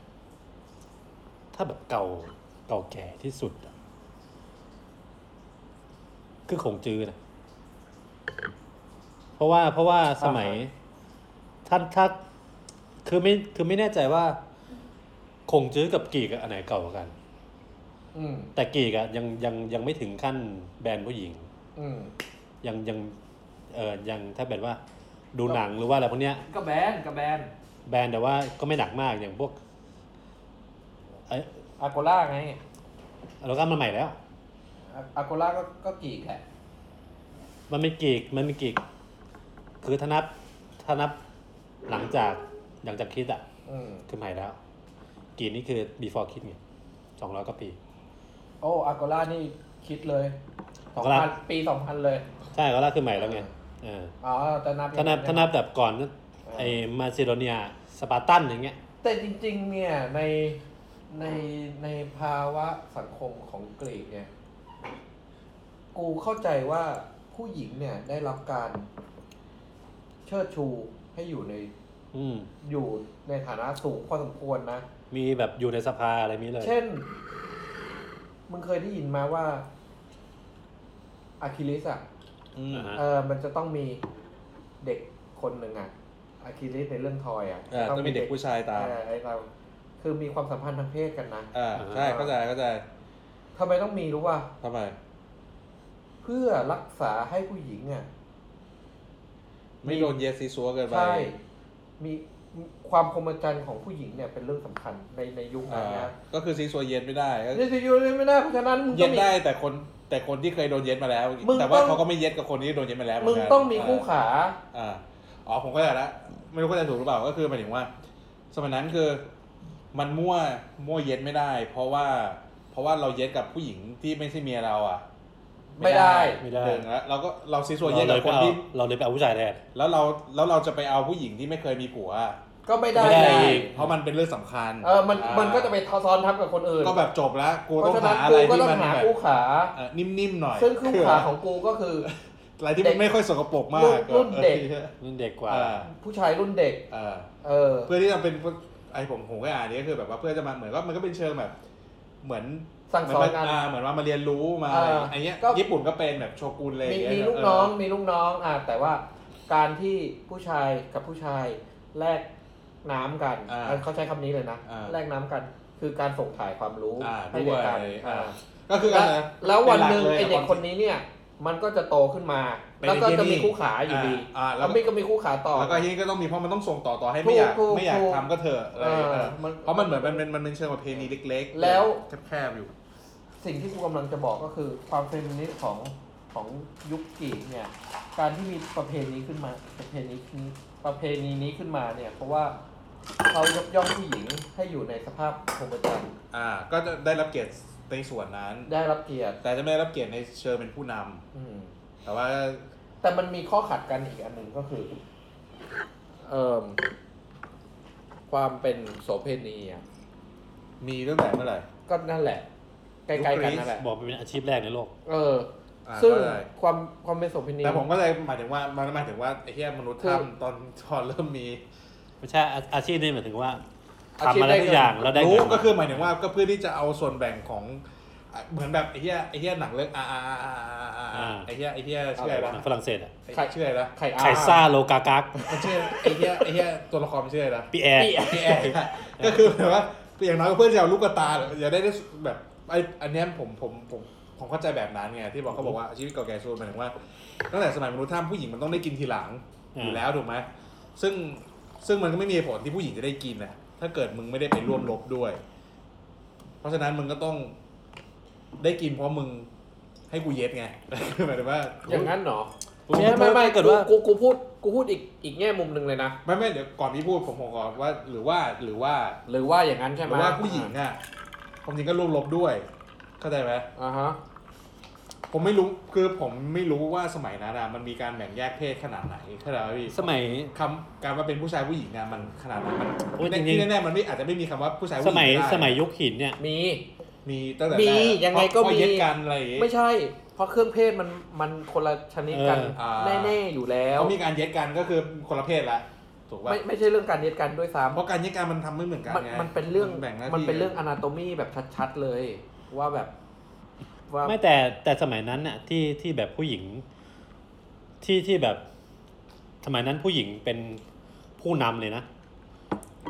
ถ้าแบบเก่าเก่าแก่ที่สุดอะคือขงจือนะเพราะว่าเพราะว่าสมัยถ้าถ้าคือไม่คือไม่แน่ใจว่าคงจื้อกับกีกอันไหนเก่ากว่ากันอืมแต่กีกอะยังยังยังไม่ถึงขั้นแบนผู้หญิงอืมยังยังเออยังถ้าแบบว่าดูหนังหรือว่าอะไรพวกเนี้ยก็แบนก็แบนแบนแต่ว่าก็ไม่หนักมากอย่างพวกไอ้อาโกล่าไงแล้วก็มาใหม่แล้วอาโกล่าก็ก็กีกแหละมันไม่กีกมันไม่กีกคือถ้านับถ้านับหลังจากหลังจากคิดอ่ะอืมคือใหม่แล้วกีกนี่คือ before คิดไงสองร้อยกว่าปีโอ้อาโกล่านี่คิดเลยสอง Agola พันปีสองพันเลยใช่ก็ล่าคือใหม่แล้วไงเอออ๋อแต่นับถ้านับถ้านับแบบก่อนก็ไอ้มาซิโดเนียสปาร์ตันอย่างเงี้ยแต่จริงๆเนี่ยในในในภาวะสังคมของกรีกเนี่ย กูเข้าใจว่าผู้หญิงเนี่ยได้รับการเชิดชูให้อยู่ในอืมอยู่ในฐานะสูงพอสมควรนะมีแบบอยู่ในสภาอะไรนี้เลยเช่น มึงเคยได้ยินมาว่าอะคิลิสอ่ะอืมอ่าฮะเออมันจะต้องมีเด็กคนหนึ่งอ่ะอะคิลิสในเรื่องทอยอ่ะอ่าต้องมีเด็กผู้ชายตามเออไอเราคือมีความสัมพันธ์ทางเพศกันนะอ่าใช่เข้าใจเข้าใจทำไมต้องมีรู้ป่ะทำไมเพื่อรักษาให้ผู้หญิงอ่ะไม่โดนเยสซีซัวเกินไปใช่ มีความพรหมจรรย์ของผู้หญิงเนี่ยเป็นเรื่องสำคัญในในยุคนั้อ่านนะก็คือซีซัวเย็นไม่ได้ก็นี่สิยูเลยไม่ได้เพราะฉะนั้นมึงเย็ต้องนมีได้แต่คนแต่คนที่เคยโดนเย็นมาแล้วมึงแต่ว่าต้องเขาก็ไม่เย็นกับคนที่โดนเย็นมาแล้วมึงเหนกันต้องมีคู่ขาอ่าอ๋อผมก็จะละไม่รู้เข้าใจถูกหรือเปล่าก็คือหมายถึงว่า สมัยนั้นคือมันมั่วมั่วเย็นไม่ได้ เพราะว่า เพราะว่าเราเย็นกับผู้หญิงที่ไม่ใช่เมียเราอ่ะไม่ได้ไม่ได้หนึ่งแล้วเราก็เราซีซัวเราเย็นเลกัยบไปคนเอาที่เราเลยไปเอาผู้ชายแทนแล้วเราแล้วเราจะไปเอาผู้หญิงที่ไม่เคยมีผัวก็ไม่ได้ไม่ได้อีกเพราะมันเป็นเรื่องสำคัญเออมันมันก็จะไปซ้อนทับกับคนอื่นก็แบบจบแล้วกูเพต้องราะฉะนั้หาน อะไรกูก็ที่ต้องมันหาแบบคู่ขาเอ่อนิ่มๆหน่อยซึ่งคู่ขาของกูก็คืออะไรที่มันไม่ค่อยสกปรกมารุ่กนรุ่นเด็กนี่เด็กกว่าอ่าผู้ชายรุ่นเด็กอ่าเออเพื่อที่จะเป็นไอ้ผมผมก็อ่านนี้ก็คือแบบว่าเพื่อจะมาเหมือนก็มันก็เป็นเชิงแบบ เหมือนสั่งสอนกันเหมืมาเหมือนว่ามาเรียนรู้มาอ่าอะไรอย่างเงี้ยก็ญี่ปุ่นก็เป็นแบบโชกุนเลยมีอย่างมีเงี้ยลูกน้องมีลูกน้องอ่ะแต่ว่าการที่ผู้ชายกับผู้ชายแลกน้ำกันอ่าอ่ะเขาใช้คำนี้เลยนะอ่าแลกน้ำกัน คือการส่งถ่ายความรู้อ่าให้ด้แก่วยกันอ่าอ่าก็คือแล้วอะไระแล้ววันหนึ่งป็ไอลัลยเด็กคนนี้เนี่ย มันก็จะโตขึ้นมาเป็นแล้วก็ไอ้จะที่มีนี่คู่ขาอยู่ดีอ่าแล้แล้ว วมีก็มีคู่ขาต่อแล้วก็ที่นี่ก็ต้องมีเพราะมันต้องส่งต่อต่อให้ไม่อยากถูกถูกไม่อยากถูกทำก็เถอะอะไรอย่างเงี้ยเออเออมันเพราะมันเหมือนมันเป็นมันเป็นเชิงประเพณีเล็กๆแล้วแคบๆอยู่สิ่งที่กูกำลังจะบอกก็คือความเฟมินิสต์ของของยุคกรีกเนี่ย การที่มีประเพณีขึ้นมาประเพณีนี้ประเพณีนี้ขึ้นมาเนี่ย เพราะว่าเขายกย่องผู้หญิงให้อยู่ในสภาพพรหมจรรย์อ่า ก็จะได้รับเกียรติในส่วนนั้นได้รับเกียรติแต่จะไม่ได้รับเกียรติในเชิงเป็นผู้นำอืมแต่ว่าแต่มันมีข้อขัดกันอีกอันหนึ่งก็คือ เอ่อความเป็นโสเภณีอ่ะมีตั้งแต่เมื่อไหร่ก็นั่นแหละ ใกล้ๆกันนั่นแหละบอกเป็นอาชีพแรกในโลกเอออ่าซึ่งเข้าใจความความเป็นโสเภณีแต่ผมก็เลยหมายถึงว่ามันหมายถึงว่าไอ้ที่มนุษย์คือทำตอนตอนเริ่มมีไม่ใช่อาอาชีพนี่หมายถึงว่าอาทำชีพมาได้ทุกอย่างแล้วได้รู้เงินก็คือหมายถึงว่าก็เพื่อที่จะเอาส่วนแบ่งของอ่ะเหมือนแบบไอ้เหี้ยไอ้เหี้ยหนังเรื่องอาอาอาอาอาไอ้เหี้ยไอ้เหี้ยชื่ออะไรหนันะงฝรั่งเศสอะไอ้ชื่ออะไรนะไข่อาไคซ่าโลกากักมันชื่อไอ้เหี้ยไอ้เหี้ยตัวละครมันชื่ออะไรนะปีแอร์พี่แอร์ก็คือแบบว่าอย่างน้อยก็เพื่อจะเอาลูกกระตาอย่าได้ได้แบบไอ้อันเนี้ยผมผมผมผมเข้าใจแบบนั้นไงที่บอกเขาบอกว่าชีวิตเก่าแก่โซนหมายถึงว่าตั้งแต่สมัยมนุษย์ถ้ำผู้หญิงมันต้องได้กินทีหลังอยู่แล้วถูกไหมซึ่งซึ่งมันก็ไม่มีผลที่ผู้หญิงจะได้กินนะถ้าเกิดมึงไม่ได้ไปร่วมรบด้วย เพราะฉะนั้นมึงก็ต้องได้กินเพราะมึงให้กูเย็ดไง หมายถึงว่าอย่างนั้นเหรอไม่ไม่ไม่ไม่ถ้าเกิดว่ากูกูพูดกูพูดอีกอีกแง่มุมหนึ่งเลยนะไม่ไม่เดี๋ยวก่อนที่พูดผมผมก่อนว่าหรือว่าหรือว่าหรือว่าอย่างนั้นใช่หไหมรือว่าผู้หญิงอ่ะความจริงก็ร่วมรบด้วยเข้าใจไหมอ่าฮะผมไม่รู้คือผมไม่รู้ว่าสมัยนั้นอะมันมีการแบ่งแยกเพศขนาดไหนเข้าใจไหมพี่สมัยคำการว่าเป็นผู้ชายผู้หญิงเนี่ยมันขนาดนั้นมันโอ้ยในจริงๆที่แน่ๆมันไม่อาจจะไม่มีคำว่าผู้ชายผู้หสญิงมัยได้สมัยยุคหินเนี่ยมีมีตั้งแต่มีแรกยังไงก็เพราะมีเย็ดกันอะไรอย่างงี้ไม่ใช่ เพราะเครื่องเพศมันมันคนละชนิดกันเอออ่าแน่ๆอยู่แล้วเขามีการเย็ดกันก็คือคนละเพศละถูกป่ะไม่ไม่ใช่เรื่องการเย็ดกันด้วยซ้ำเพราะการเย็ดกันมันทำไม่เหมือนกันมันไงมันเป็นเรื่องแบ่งหน้าที่มันเป็นเรื่องอนาโตมีแบบชัดๆเลย ว่าแบบว่าไม่แต่แต่สมัยนั้นน่ะที่ที่แบบผู้หญิงที่ที่แบบสมัยนั้นผู้หญิงเป็นผู้นำเลยนะ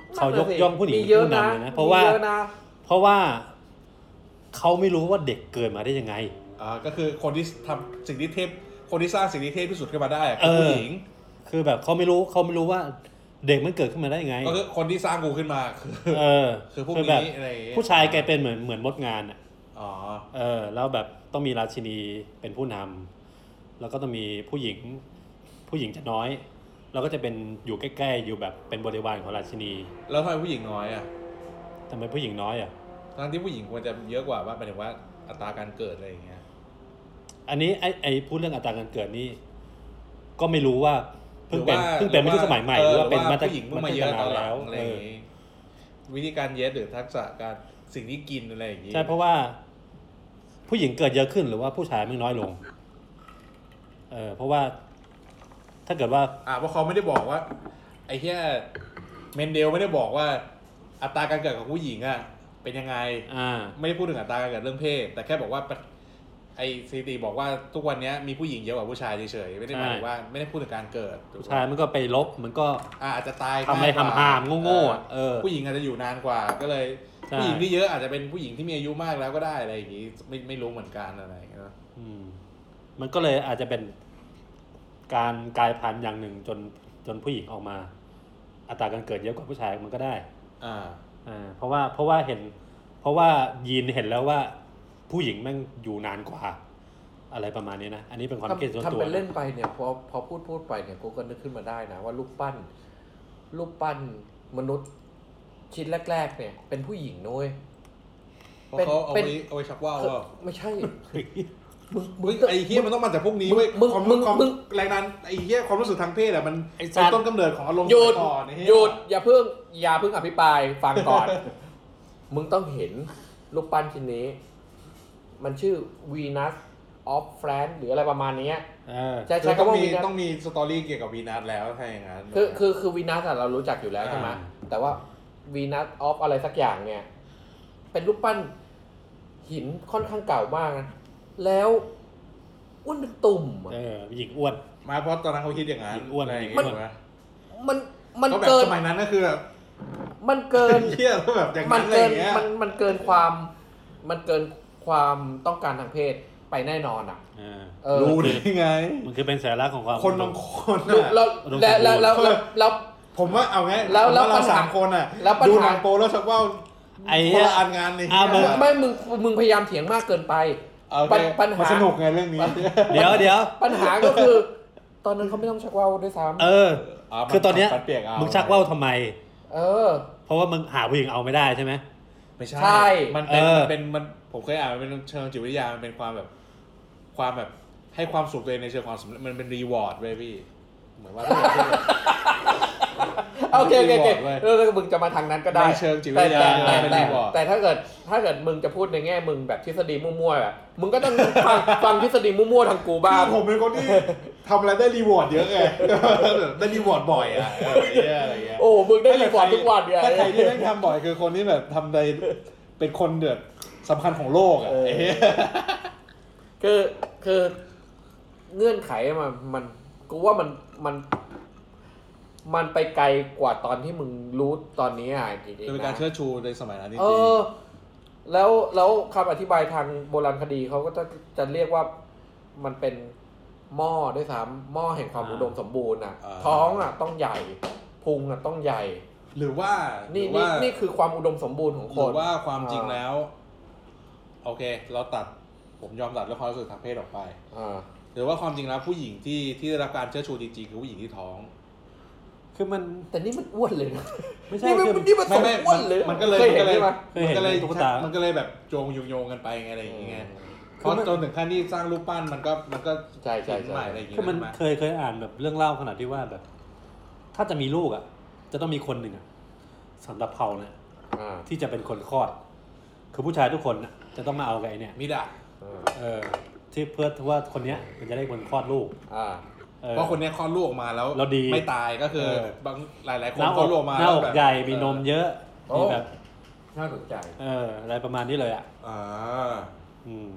เขายกย่องผู้หญิงมีเป็นเยอะผู้นะนำเลยนะเพราะว่ามีเยอะนะเพราะว่าเขาไม่รู้ว่าเด็กเกิดมาได้ยังไงอ่าก็คือคนที่ทำสิ่งที่เทพคนที่สร้างสิ่งที่เทพที่สุดขึ้นมาได้อะคือผู้หญิงคือแบบเขาไม่รู้เขาไม่รู้ว่าเด็กมันเกิดขึ้นมาได้ยังไงก็คือคนที่สร้างกูขึ้นมาคือเออคือพวกแบบนี้อะไรอย่างเงี้ยผู้ชายแกเป็นเหมือนเหมือนมดงานอ่ะอ๋อเออแล้วแบบต้องมีราชินีเป็นผู้นำแล้วก็ต้องมีผู้หญิงผู้หญิงจะน้อย เราก็จะเป็นอยู่ใกล้ๆอยู่แบบเป็นบริวารของราชินีแล้วทำไมผู้หญิงน้อยอ่ะทำไมผู้หญิงน้อยอ่ะทั้งที่ผู้หญิงควรจะเยอะกว่าว่าหมายถึงว่าอัตราการเกิดอะไรอย่างเงี้ยอันนี้ไอ้ไอ้พูดเรื่องอัตราการเกิดนี่ก็ไม่รู้ว่าเพิ่งเป็นเพิ่งเป็นไม่ใช่สมัยใหม่หรือว่าเป็นมาตั้งผู้หญิงเพิ่งมาเยอะตอนหลังอะไรเออย่างองี้วิธีการเย็ดหรือทักษะการสิ่งที่กินอะไรอย่างงี้ใช่เพราะว่าผู้หญิงเกิดเยอะขึ้นหรือว่าผู้ชายมันน้อยลง เออเพราะว่าถ้าเกิดว่าอ่าเพราะเขาไม่ได้บอกว่าไอ้แค่เมนเดลไม่ได้บอกว่าอัตราการเกิดของผู้หญิงอ่ะเป็นยังไงอ่าไม่ได้พูดถึงอัตราการเกิดเรื่องเพศแต่แค่บอกว่าไอ้สถิติบอกว่าทุกวันนี้มีผู้หญิงเยอะกว่าผู้ชายเฉยๆไม่ได้หมายถึงว่าไม่ได้พูดถึงการเกิดผู้ชายมันก็ไปลบมันก็อ่าอาจจะตายทำอะไรทำหามโง่ๆอ่ะเออผู้หญิงอาจจะอยู่นานกว่าก็เลยใช่ผู้หญิงที่เยอะอาจจะเป็นผู้หญิงที่มีอายุมากแล้วก็ได้อะไรอย่างงี้ไม่ไม่รู้เหมือนกันอะไรอย่างเงี้ยอืมมันก็เลยอาจจะเป็นการกลายพันธุ์อย่างหนึ่งจนจนผู้หญิงออกมา อัตราการเกิดเยอะกว่าผู้ชายมันก็ได้อ่าอ่าเพราะว่าเพราะว่าเห็น เพราะว่ายีนเห็นแล้วว่าผู้หญิงแม่งอยู่นานกว่า อะไรประมาณนี้นะอันนี้เป็นความคิดส่วนตัวทำเป็นเล่นไปเนี่ยพอพอพูดพูดไปเนี่ยกูก็นึกขึ้นมาได้นะว่ารูปปั้นรูปปั้นมนุษย์ชิ้นแรกๆเนี่ยเป็นผู้หญิงนุ้ยเพราะเขาเอาเป็นไว้เอาไว้ชักว่าวว่าไม่ใช่มึงมึมึงงไอ้เฮียมันต้องมาจากพวกนี้เว้ยมึงความมึงความมึงแรงดันไอ้เฮียความรู้สึกทางเพศอะมันไอ้สัเป็นตว์ต้นกำเนิดของอารมณ์หยุดก่อนไอ้เหี้หยุดอย่าเพิ่งอย่าเพิ่งอภิปรายฟังก่อน มึงต้องเห็นรูปปั้นชิ้นนี้ มันชื่อ Venus of France หรืออะไรประมาณนี้เออใช่คืใช่อต้องคำว่ามีวีนัสต้องมีสตอรี่เกี่ยวกับวีนัสแล้วถ้าอย่างนั้นคือคือคือวีนัสเรารู้จักอยู่แล้วใช่ไหมอ่าแต่ว่า Venus of อะไรสักอย่างเนี่ย เป็นรูปปั้นหินค่อนข้างเก่ามากนะแล้วอ้วนเป็นตุ่มอะเออหญิงอ้วนมาเพราะตอนนั้นเขาคิดอย่างนั้นหญิงอ้วนอะไรอย่างมัเงี้นยถูกไหมมันมันก็แบบเกินสมัยนั้นก็คือแบบมันเกินเฮียก็แบบอย่างมันั้น นอะไรเกิอน ย่างเงี้ยมันมันเกินความมันเกินความต้องการทางเพศไปแน่นอนอ่ะเออเออรู้ได้ไงมันคือเป็นสัญลักษณ์ของความคนบางคนแล้วอะแล้วอุดมสมบูรณ์แล้วแล้วแล้วแล้วแล้วผมว่าเอาไงแล้วแล้วผมาเราปัญหาสามคนอ่ะแล้วปัญหาดูหนังโปแล้วชักว่าวไอ้คเหี้นยละอันงานเลยอ่ะมึงไม่มึงมึงพยายามเถียงมากเกินไปโอเคปัญปัญหานสนุกไงเรื่องนี้เดี๋ยวเดี๋ยวปัญหาก็คือ ตอนนั้นเขาไม่ต้องชักว่าวด้วยซ้เออ คือตอนเนี้ยปัดเปียกเอามึงชักว่าวทำไมำเออเพราะว่ามึงหาผู้หญิงเอาไม่ได้ใช่ไหมไม่ใช่ใช่มันเป็นเออมันเป็นมันผมเคยอ่านมันเป็นเชิงจิตวิทยามันเป็นความแบบ ความแบบให้ความสุขตัวเองในเชิงความสำเร็จมันเป็นรีวอร์ดเว้ยพี่เหมือนว่าถ้าเกิดโอเคโอเคโอเครีวอร์ดเว้ยเออมึงจะมาทางนั้นก็ได้ในเชิงจิตวิแต่ทยาแต่แต่เป็นแต่รีวอร์ดแต่ถ้าเกิดถ้าเกิดมึงจะพูดในแง่มึงแบบทฤษฎีมั่วๆแบบมึงก็ต้องฟังฟังทฤษฎีมั่วๆทางกูบ้างคือผมเป็นคนที่ทำอะไรได้รีวอร์ดเยอะไง ได้รีวอร์ดบ่อยอ่ะเอออะไรเงี้ยโอ้มึงได้รีพอร์ตทุกวันเนี่ยถ้าใครที่แม่งทำบ่อยคือคนที่แบบทำในเป็นคนเดือดสำคัญของโลกอ่ะเออไอ้เหี้ยคือคือเงื่อนไขมันมันกูว่ามันมัน มันไปไกลกว่าตอนที่มึงรู้ตอนนี้อ่ะจริงๆเป็นการนะเชิดชูในสมัยนั้นจริงเออ แล้วแล้วคำอธิบายทางโบราณคดีเขาก็จะจะเรียกว่ามันเป็นหม้อด้วยซ้ำหม้อแห่งความอุดมสมบูรณ์อ่ะ ท้องอ่ะต้องใหญ่ พุงอ่ะต้องใหญ่หรือว่านี่หรือนี่ว่านี่คือความอุดมสมบูรณ์ของหครืนอว่าความจริงแล้ว โอเค เราตัดผมยอมตัดเรื่องความรู้สึกทางเพศออกไปอ่าหรือว่าความจริงแล้วผู้หญิงที่ที่ได้รับการเชิดชูจริงๆคือผู้หญิงที่ท้องคือมันแต่นี่มันอ้วนเลยนะไม่ใช่นี่มันคือนี่มันสมไม่อ้วนเลยมันก็เลยเคยมันเห็ก็นเลยใช่ไหมเคยเห็นมันก็เลยตุ๊กตามัมันก็เลยแบบโยงโยงกันไปไงอะไรอย่างเงี้ย เพคือราะมันจนถึงขั้นที่สร้างรูปปั้นมันก็มันก็ใช่ใช่หินใช่ใหม่อะไรอย่างเงี้คือย มันใช่ไหมเคยเคยอ่านแบบเรื่องเล่าขนาดที่ว่าแบบ ถ้าจะมีลูกอ่ะ จะต้องมีคนหนึ่งอ่ะสำหรับเผ่าเนี่ยอ่าที่จะเป็นคนคลอด คือผู้ชายทุกคนน่ะจะต้องมาเอากับไอ้เนี่ยมิดอะอ่าเออที่เพื่อว่าคนเนี้ยมันจะได้คนคลอดลูกอ่าออเพราะคนเนี้ยคลอดลูกออกมาแล้วแล้วดีไม่ตายก็คือเออบางหลายๆคนหน้าคลออดกลูกออกมาหน้าแล้วอกแบบใหญ่มีนมเยอะโอ้มีแบบน่าสนใจเอออะไรประมาณนี้เลยอ่ะอ่าอืม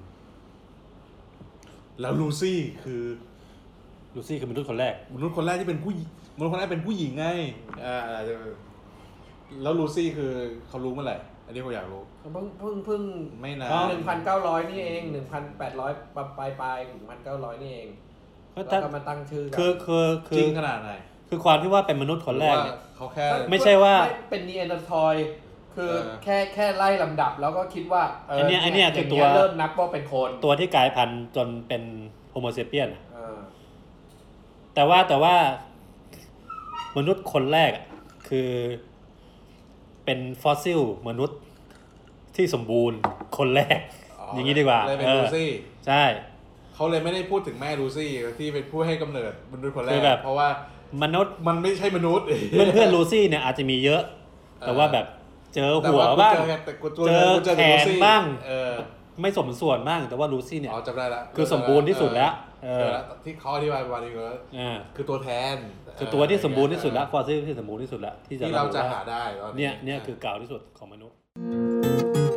แล้วลูซี่คือลูซี่คือมนุษย์คนแรกมนุษย์คนแรกที่เป็นผู้หญิงมนุษย์คนแรกเป็นผู้หญิงไงอ่าอาจจะแล้วลูซี่คือเขารู้เมื่อไหร่อันนี้ผมอยากรู้เพิ่งเพิ่งเพิ่งไม่นานหนึ่งพันเก้าร้อยนี่เองหนึ่งพันแปดร้อยปลายปลายปลายหนึ่งพันเก้าร้อยนี่เองแล้วก็มาตั้งชื่อกันคือคือคืจริองขนาดไหนคือความที่ว่าเป็นมนุษย์คนแรกเนี่ยเขาแค่ไม่ใช่ว่าเป็นนีแอนเดอร์ทอยคือเออแค่แค่ไล่ลำดับแล้วก็คิดว่าไอ้เนี่ยไอ้เนี่ยคือตัวเริ่มนับว่าเป็นคนตัวที่กลายพันธุ์จนเป็นโฮโมเซเปียนเออแต่ว่าแต่ว่ามนุษย์คนแรกอะคือเป็นฟอสซิลมนุษย์ที่สมบูรณ์คนแรก อย่างนี้ดีกว่าเลยเป็นเออลูซี่ใช่เขาเลยไม่ได้พูดถึงแม่ลูซี่ที่เป็นผู้ให้กำเนิดมนุษย์คนแรคืกอแบบเพราะว่ามนุษย์มันไม่ใช่มนุษย์เพื่อนเพื่อนลูซี่เนี่ยอาจจะมีเยอะ แต่ว่าแบบเจอหัวบ้างแต่กูเจอกูแขลูนซี่บ้างเออไม่สมส่วนบ้างแต่ว่าลูซี่เนี่ยอ๋อจำได้ละคือสมบูรณ์ที่สุดแล้วเอเอออที่เขาอธิบายประมาณนี้ก็อ่าคือตัวแทนคือตัวที่สมบูรณ์ที่สุดแล้วฟอสซิลที่สมบูรณ์ที่สุดแล้วที่จะที่เราจะว่หาได้ตอนนี้เนี่ยเนี่ยคือเก่าที่สุดของมนุษย์เ